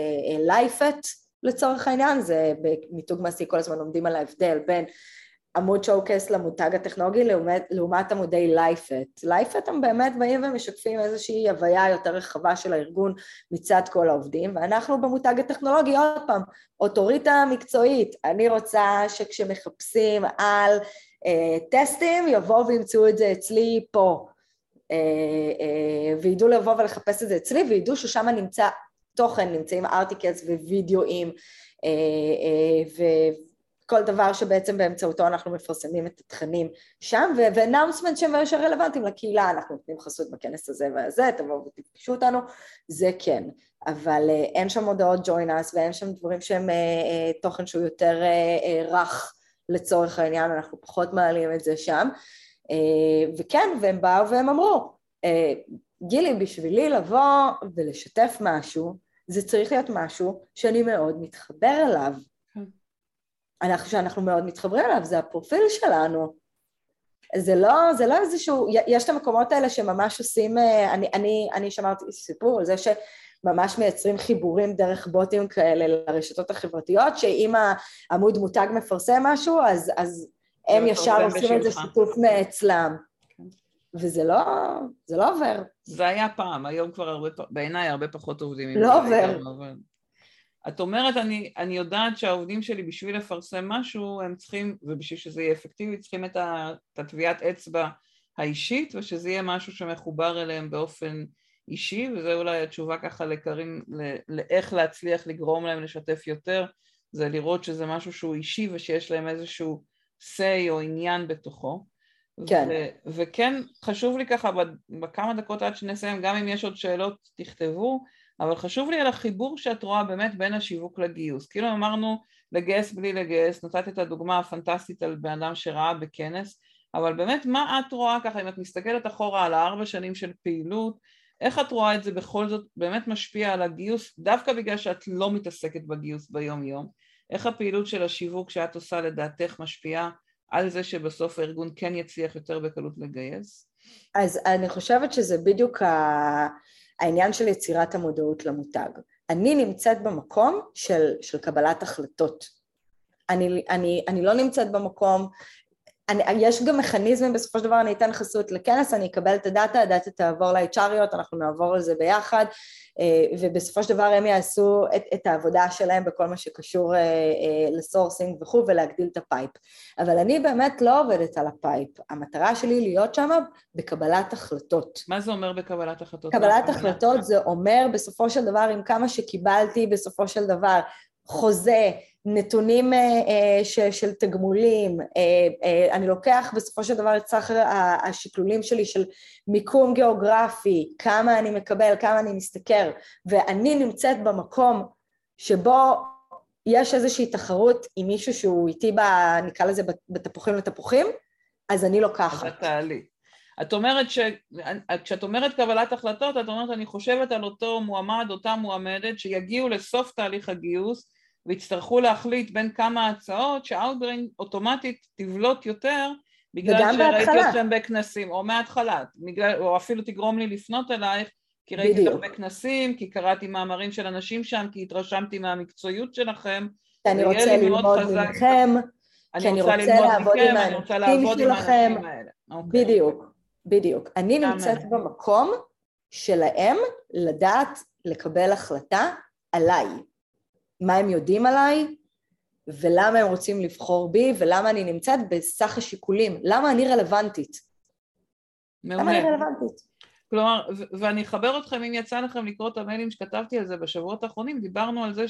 לייפט לצורך העניין, זה במיתוג מעשי כל הזמן לומדים על ההבדל בין עמוד שואו-קייס למותג הטכנולוגי לעומת, לעומת עמודי לייפט. לייפט הם באמת באים ומשקפים איזושהי הוויה יותר רחבה של הארגון מצד כל העובדים, ואנחנו במותג הטכנולוגי עוד פעם, אוטוריטה מקצועית, אני רוצה שכשמחפשים על אה, טסטים יבואו וימצאו את זה אצלי פה, וידעו לבוא ולחפש את זה אצלי, וידעו ששם נמצא תוכן, נמצאים ארטיקלס ווידאוים, וכל דבר שבעצם באמצעותו אנחנו מפרסמים את התכנים שם, ואנאונסמנט שהם רלוונטיים לקהילה, אנחנו נותנים חסות בכנס הזה והזה, תבואו ותפגשו אותנו, זה כן, אבל אין שם הודעות join us, ואין שם דברים שהם תוכן שהוא יותר רך לצורך העניין, אנחנו פחות מעלים את זה שם, וכן, והם באו והם אמרו, גילי, בשבילי לבוא ולשתף משהו, זה צריך להיות משהו שאני מאוד מתחבר אליו. אנחנו, שאנחנו מאוד מתחברים אליו, זה הפרופיל שלנו. זה לא, זה לא איזשהו, יש את המקומות האלה שממש עושים, אני, אני, אני שמעתי סיפור על זה שממש מייצרים חיבורים דרך בוטים כאלה לרשתות החברתיות, שאם העמוד מותג מפרסם משהו, אז, אז הם ישר עושים את זה שיתוף מאצלם. וזה לא, זה לא עובר. זה היה פעם, היום כבר הרבה, בעיניי הרבה פחות עובדים. לא עובר. את אומרת, אני, אני יודעת שהעובדים שלי בשביל לפרסם משהו, הם צריכים, ובשביל שזה יהיה אפקטיבי, צריכים את הטביעת אצבע האישית, ושזה יהיה משהו שמחובר אליהם באופן אישי, וזה אולי התשובה ככה לקרים, לאיך להצליח לגרום להם לשתף יותר, זה לראות שזה משהו שהוא אישי, ושיש להם איזשהו say או עניין בתוכו. כן. ו- וכן, חשוב לי ככה, בכמה דקות עד שנסיים, גם אם יש עוד שאלות, תכתבו, אבל חשוב לי על החיבור שאת רואה באמת בין השיווק לגיוס. כאילו אמרנו לגייס בלי לגייס, נתת את הדוגמה הפנטסטית על בן אדם שראה בכנס, אבל באמת מה את רואה ככה, אם את מסתכלת אחורה על הארבע שנים של פעילות, איך את רואה את זה בכל זאת באמת משפיע על הגיוס, דווקא בגלל שאת לא מתעסקת בגיוס ביום יום, איך הפעילות של השיווק שאת עושה לדעתך משפיעה על זה שבסוף הארגון כן יצליח יותר בקלות לגייס? אז אני חושבת שזה בדיוק העניין של יצירת המודעות למותג. אני נמצאת במקום של, של קבלת החלטות. אני, אני, אני לא נמצאת במקום, אני, יש גם מכניזמים, בסופו של דבר אני אתן חסות לכנס, אני אקבל את הדאטה, הדאטה תעבור ל-אייץ' אר'יות, אנחנו נעבור על זה ביחד, ובסופו של דבר הם יעשו את, את העבודה שלהם בכל מה שקשור לסורסינג וכו', ולהגדיל את הפייפ. אבל אני באמת לא עובדת על הפייפ, המטרה שלי להיות שם בקבלת החלטות. מה זה אומר בקבלת החלטות? קבלת החלטות זה אומר בסופו של דבר, עם כמה שקיבלתי בסופו של דבר, חוזה, נתונים של, של תגמולים, אני לוקח בסופו של דבר את סחר השקלולים שלי של מיקום גיאוגרפי, כמה אני מקבל, כמה אני מסתכר, ואני נמצאת במקום שבו יש איזושהי תחרות עם מישהו שהוא איתי, בה, נקרא לזה בתפוחים לתפוחים, אז אני לוקחת. אז תעלי. את אומרת ש... כשאת אומרת קבלת החלטות, את אומרת אני חושבת על אותו מועמד, אותה מועמדת, שיגיעו לסוף תהליך הגיוס, והצטרכו להחליט בין כמה הצעות, שהאוטבריין אוטומטית תבלוט יותר, בגלל שראיתי אתכם בכנסים, או מההתחלה, או אפילו תגרום לי לפנות אלייך, כי ראיתי אתכם בכנסים, כי קראתי מאמרים של אנשים שם, כי התרשמתי מהמקצועיות שלכם. כי אני רוצה ללמוד מכם, כי אני רוצה לעבוד עם האנשים שלכם. בדיוק, בדיוק. אני נמצאת במקום שלהם לדעת לקבל החלטה עליי. מה הם יודעים עליי, ולמה הם רוצים לבחור בי, ולמה אני נמצאת בסך השיקולים, למה אני רלוונטית. מעולה. למה אני רלוונטית? כלומר, ואני אחבר אתכם, אם יצא לכם לקרוא את המיילים שכתבתי על זה בשבועות האחרונים, דיברנו על זה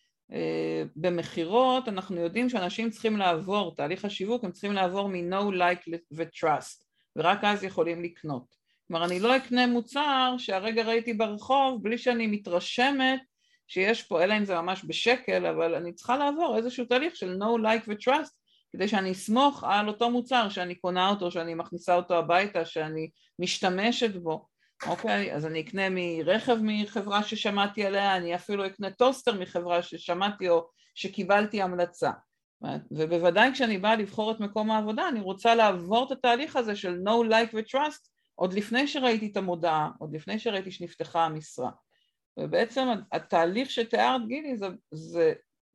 שבמחירות אנחנו יודעים שאנשים צריכים לעבור, תהליך השיווק, הם צריכים לעבור מ-no, like ו-trust, ורק אז יכולים לקנות. כלומר, אני לא אקנה מוצר שהרגע ראיתי ברחוב, בלי שאני מתרשמת, שיש פה, אלא אם זה ממש בשקל, אבל אני צריכה לעבור איזשהו תהליך של no, like ו-trust, כדי שאני אסמוך על אותו מוצר, שאני קונה אותו, שאני מכניסה אותו הביתה, שאני משתמשת בו. אוקיי, אז אני אקנה מרכב מחברה ששמעתי עליה, אני אפילו אקנה טוסטר מחברה ששמעתי או שקיבלתי המלצה. ובוודאי כשאני באה לבחור את מקום העבודה, אני רוצה לעבור את התהליך הזה של no, like ו-trust, עוד לפני שראיתי את המודעה, עוד לפני שראיתי שנפתחה המשרה. ובעצם התהליך שתיארת גילי זה, זה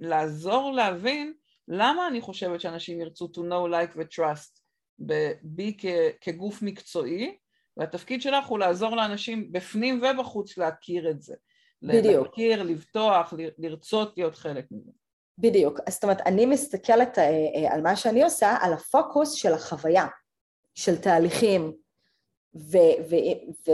לעזור להבין למה אני חושבת שאנשים ירצו to know, like ו-trust בי כגוף מקצועי, והתפקיד שלך הוא לעזור לאנשים בפנים ובחוץ להכיר את זה. בדיוק. להכיר, לבטוח, לרצות להיות חלק מזה. בדיוק. אז זאת אומרת, אני מסתכלת על מה שאני עושה, על הפוקוס של החוויה, של תהליכים, ו... ו, ו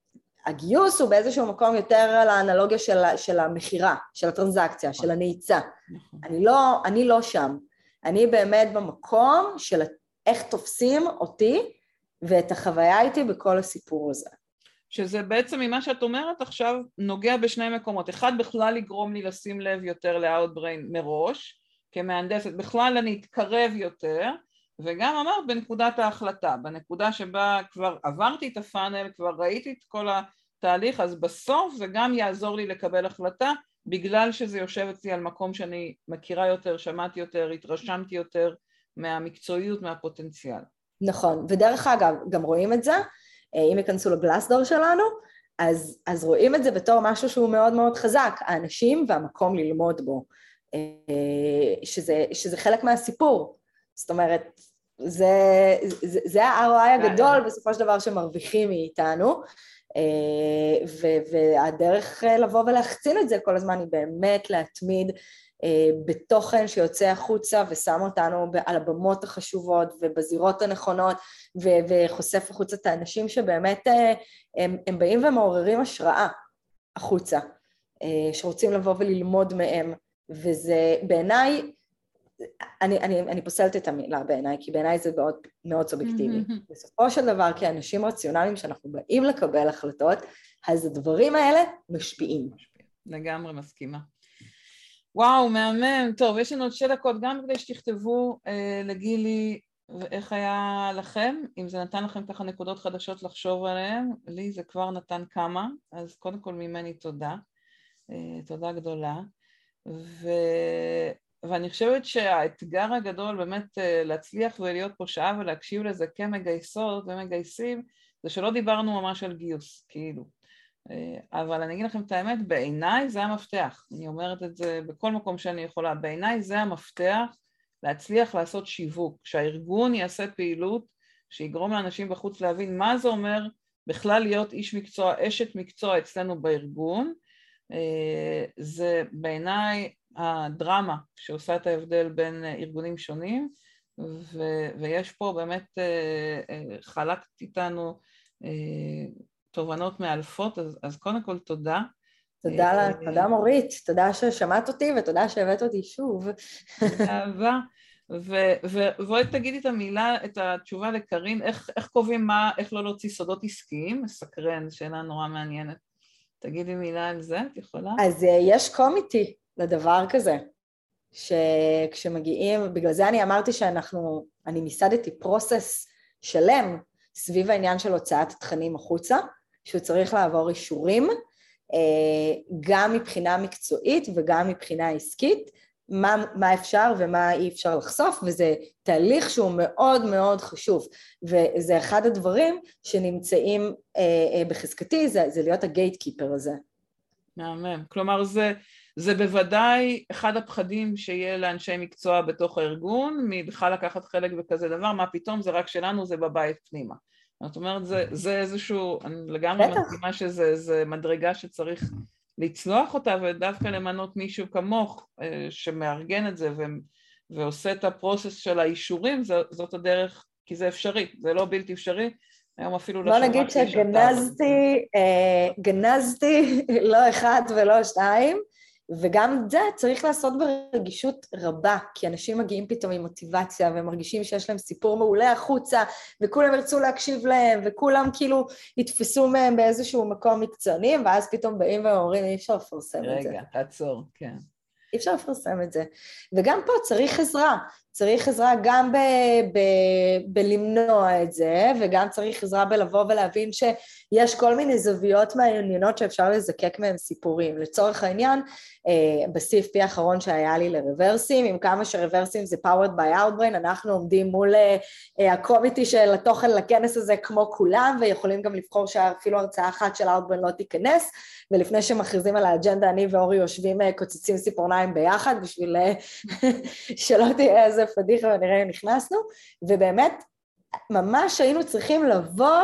הגיוס הוא באיזשהו מקום יותר על האנלוגיה של, של המחירה, של הטרנזקציה, של הנעיצה. אני לא, אני לא שם. אני באמת במקום של איך תופסים אותי ואת החוויה איתי בכל הסיפור הזה. שזה בעצם ממה שאת אומרת עכשיו נוגע בשני מקומות. אחד, בכלל לגרום לי לשים לב יותר ל-Outbrain מראש, כמהנדסת, בכלל אני אתקרב יותר, וגם אמרת בנקודת ההחלטה, בנקודה שבה כבר עברתי את הפאנל, כבר ראיתי את כל התהליך, אז בסוף זה גם יעזור לי לקבל החלטה, בגלל שזה יושב אצלי על מקום שאני מכירה יותר, שמעתי יותר, התרשמתי יותר מהמקצועיות, מהפוטנציאל. נכון, ודרך אגב, גם רואים את זה, אם ייכנסו לגלאסדור שלנו, אז, אז רואים את זה בתור משהו שהוא מאוד מאוד חזק, האנשים והמקום ללמוד בו, שזה, שזה חלק מהסיפור. זאת אומרת, זה, זה, זה ה-אר או איי הגדול בסופו של דבר שמרוויחים מאיתנו, והדרך לבוא ולהחצין את זה כל הזמן היא באמת להתמיד בתוכן שיוצא החוצה ושם אותנו על הבמות החשובות ובזירות הנכונות וחושף החוצה את האנשים שבאמת הם, הם באים ומעוררים השראה החוצה, שרוצים לבוא וללמוד מהם, וזה בעיניי, אני, אני, אני פוסלת את המילה בעיניי, כי בעיניי זה מאוד, מאוד סובייקטיבי. בסופו של דבר, כאנשים רציונליים שאנחנו באים לקבל החלטות, אז הדברים האלה משפיעים. לגמרי מסכימה. וואו, מהמם. טוב, יש לנו עוד שתי דקות, גם כדי שתכתבו אה, לגילי ואיך היה לכם, אם זה נתן לכם ככה נקודות חדשות לחשוב עליהן, לי זה כבר נתן כמה, אז קודם כל ממני תודה, אה, תודה גדולה. ו... ואני חושבת שהאתגר הגדול באמת להצליח ולהיות פה שעה ולהקשיב לזה כמגייסות ומגייסים, זה שלא דיברנו ממש על גיוס, כאילו. אבל אני אגיד לכם את האמת, בעיניי זה המפתח. אני אומרת את זה בכל מקום שאני יכולה. בעיניי זה המפתח להצליח לעשות שיווק, שהארגון יעשה פעילות שיגרום לאנשים בחוץ להבין מה זה אומר בכלל להיות איש מקצוע, אשת מקצוע אצלנו בארגון. זה בעיניי הדרמה שעושה את ההבדל בין ארגונים שונים, ו- ויש פה באמת חלקת איתנו תובנות מאלפות, אז, אז קודם כל תודה. תודה לה, תודה מורית, תודה ששמעת אותי ותודה שהבאת אותי שוב. אהבה, ובואי תגידי את המילה, את התשובה לקרין, איך, איך קובעים מה, איך לא להוציא סודות עסקיים, מסקרן, שאלה נורא מעניינת. תגידי מילה על זה, את יכולה? אז יש קומיטי לדבר כזה, שכשמגיעים, בגלל זה אני אמרתי שאנחנו, אני מיסדתי פרוסס שלם סביב העניין של הוצאת התכנים החוצה, שהוא צריך לעבור אישורים, גם מבחינה מקצועית וגם מבחינה עסקית, מה, מה אפשר ומה אי אפשר לחשוף, וזה תהליך שהוא מאוד מאוד חשוב, וזה אחד הדברים שנמצאים בחזקתי, זה, זה להיות הגייטקיפר הזה. מהמם, כלומר זה, זה בוודאי אחד הפחדים שיהיה לאנשי מקצוע בתוך הארגון, מבכלל לקחת חלק בכזה דבר, מה פתאום זה רק שלנו, זה בבית פנימה. זאת אומרת, זה, זה איזשהו, אני לגמרי מסכימה שזה זה מדרגה שצריך לצלוח אותה, ודווקא למנות מישהו כמוך שמארגן את זה ו, ועושה את הפרוסס של האישורים, זאת, זאת הדרך, כי זה אפשרי, זה לא בלתי אפשרי, היום אפילו לא נגיד שגנזתי, גנזתי לא אחד ולא שתיים, וגם זה צריך לעשות ברגישות רבה, כי אנשים מגיעים פתאום עם מוטיבציה, ומרגישים שיש להם סיפור מעולה החוצה, וכולם ירצו להקשיב להם, וכולם כאילו יתפסו מהם באיזשהו מקום מקצועני, ואז פתאום באים ואומרים, אי אפשר לפרסם את זה. רגע, תעצור, כן. אי אפשר לפרסם את זה. וגם פה צריך עזרה, צריך עזרה גם ב- ב- בלמנוע את זה, וגם צריך עזרה בלבוא ולהבין שיש כל מיני זוויות מעניינות שאפשר לזקק מהם סיפורים. לצורך העניין, ב-סי אף פי האחרון שהיה לי לרוורסים, עם כמה שרוורסים זה powered by Outbrain, אנחנו עומדים מול הקומיטי של התוכן לכנס הזה כמו כולם, ויכולים גם לבחור שאפילו הרצאה אחת של Outbrain לא תיכנס, ולפני שמכריזים על האג'נדה, אני ואורי יושבים קוצצים ציפורניים ביחד, בשביל שלא תהיה איזה פדיחה ונראה אם נכנסנו, ובאמת ממש היינו צריכים לבוא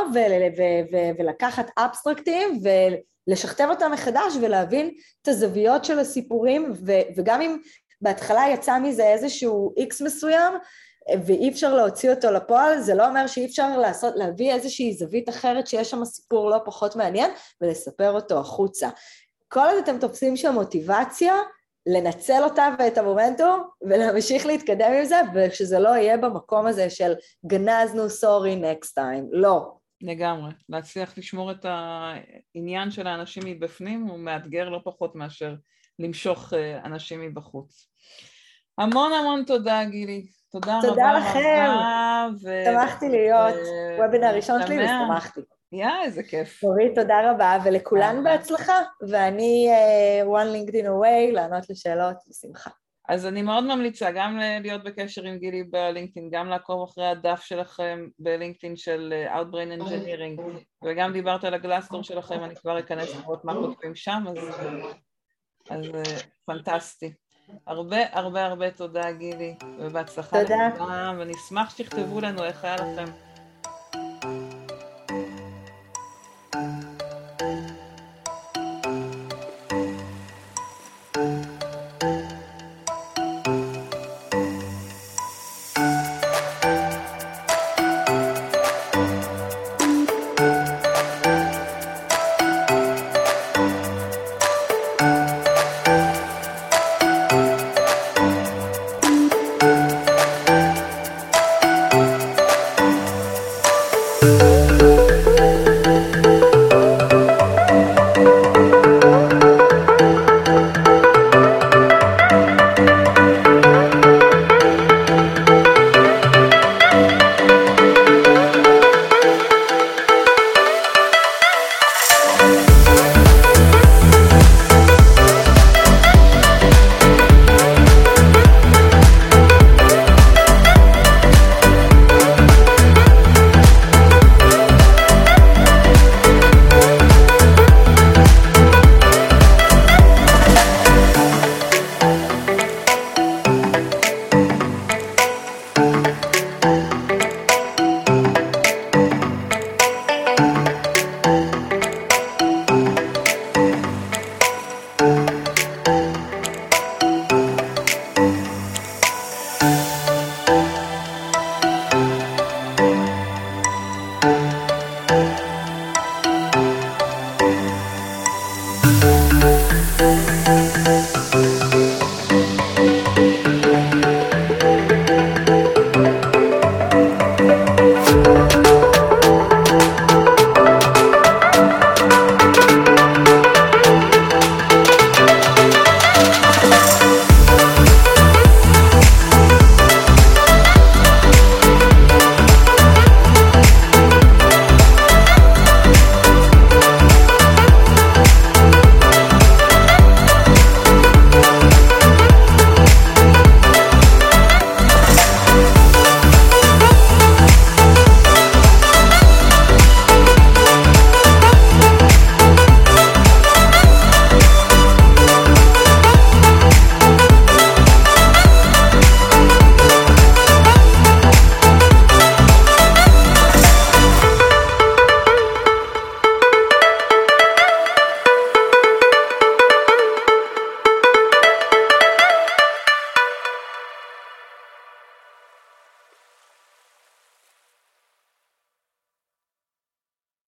ולקחת אבסטרקטים ולשכתב אותם מחדש ולהבין את הזוויות של הסיפורים, וגם אם בהתחלה יצא מזה איזשהו איקס מסוים, ואי אפשר להוציא אותו לפועל, זה לא אומר שאי אפשר לעשות, להביא איזושהי זווית אחרת שיש שם סיפור לא פחות מעניין, ולספר אותו החוצה. כל עוד אתם תופסים שם מוטיבציה, לנצל אותה ואת המומנטום, ולהמשיך להתקדם עם זה, ושזה לא יהיה במקום הזה של גנזנו, sorry, next time, לא. לגמרי, להצליח לשמור את העניין של האנשים מבפנים, הוא מאתגר לא פחות מאשר למשוך אנשים מבחוץ. המון המון תודה, גילי. תודה, תודה רבה. תודה לכם. ו... שמחתי להיות ו... וובינר ראשון שלי ושמחתי. יא, איזה כיף. מורית, תודה רבה, ולכולן בהצלחה, ואני uh, one LinkedIn away לענות לשאלות בשמחה. אז אני מאוד ממליצה גם להיות בקשר עם גילי בלינקדאין, גם לעקוב אחרי הדף שלכם בלינקדאין של Outbrain Engineering, וגם דיברת על הגלאסטור שלכם, אני כבר אכנס לראות מה כותבים שם, אז, אז פנטסטי. הרבה הרבה הרבה תודה גילי, ובהצלחה לכולם, ונשמח שתכתבו לנו איך היה לכם. ביי.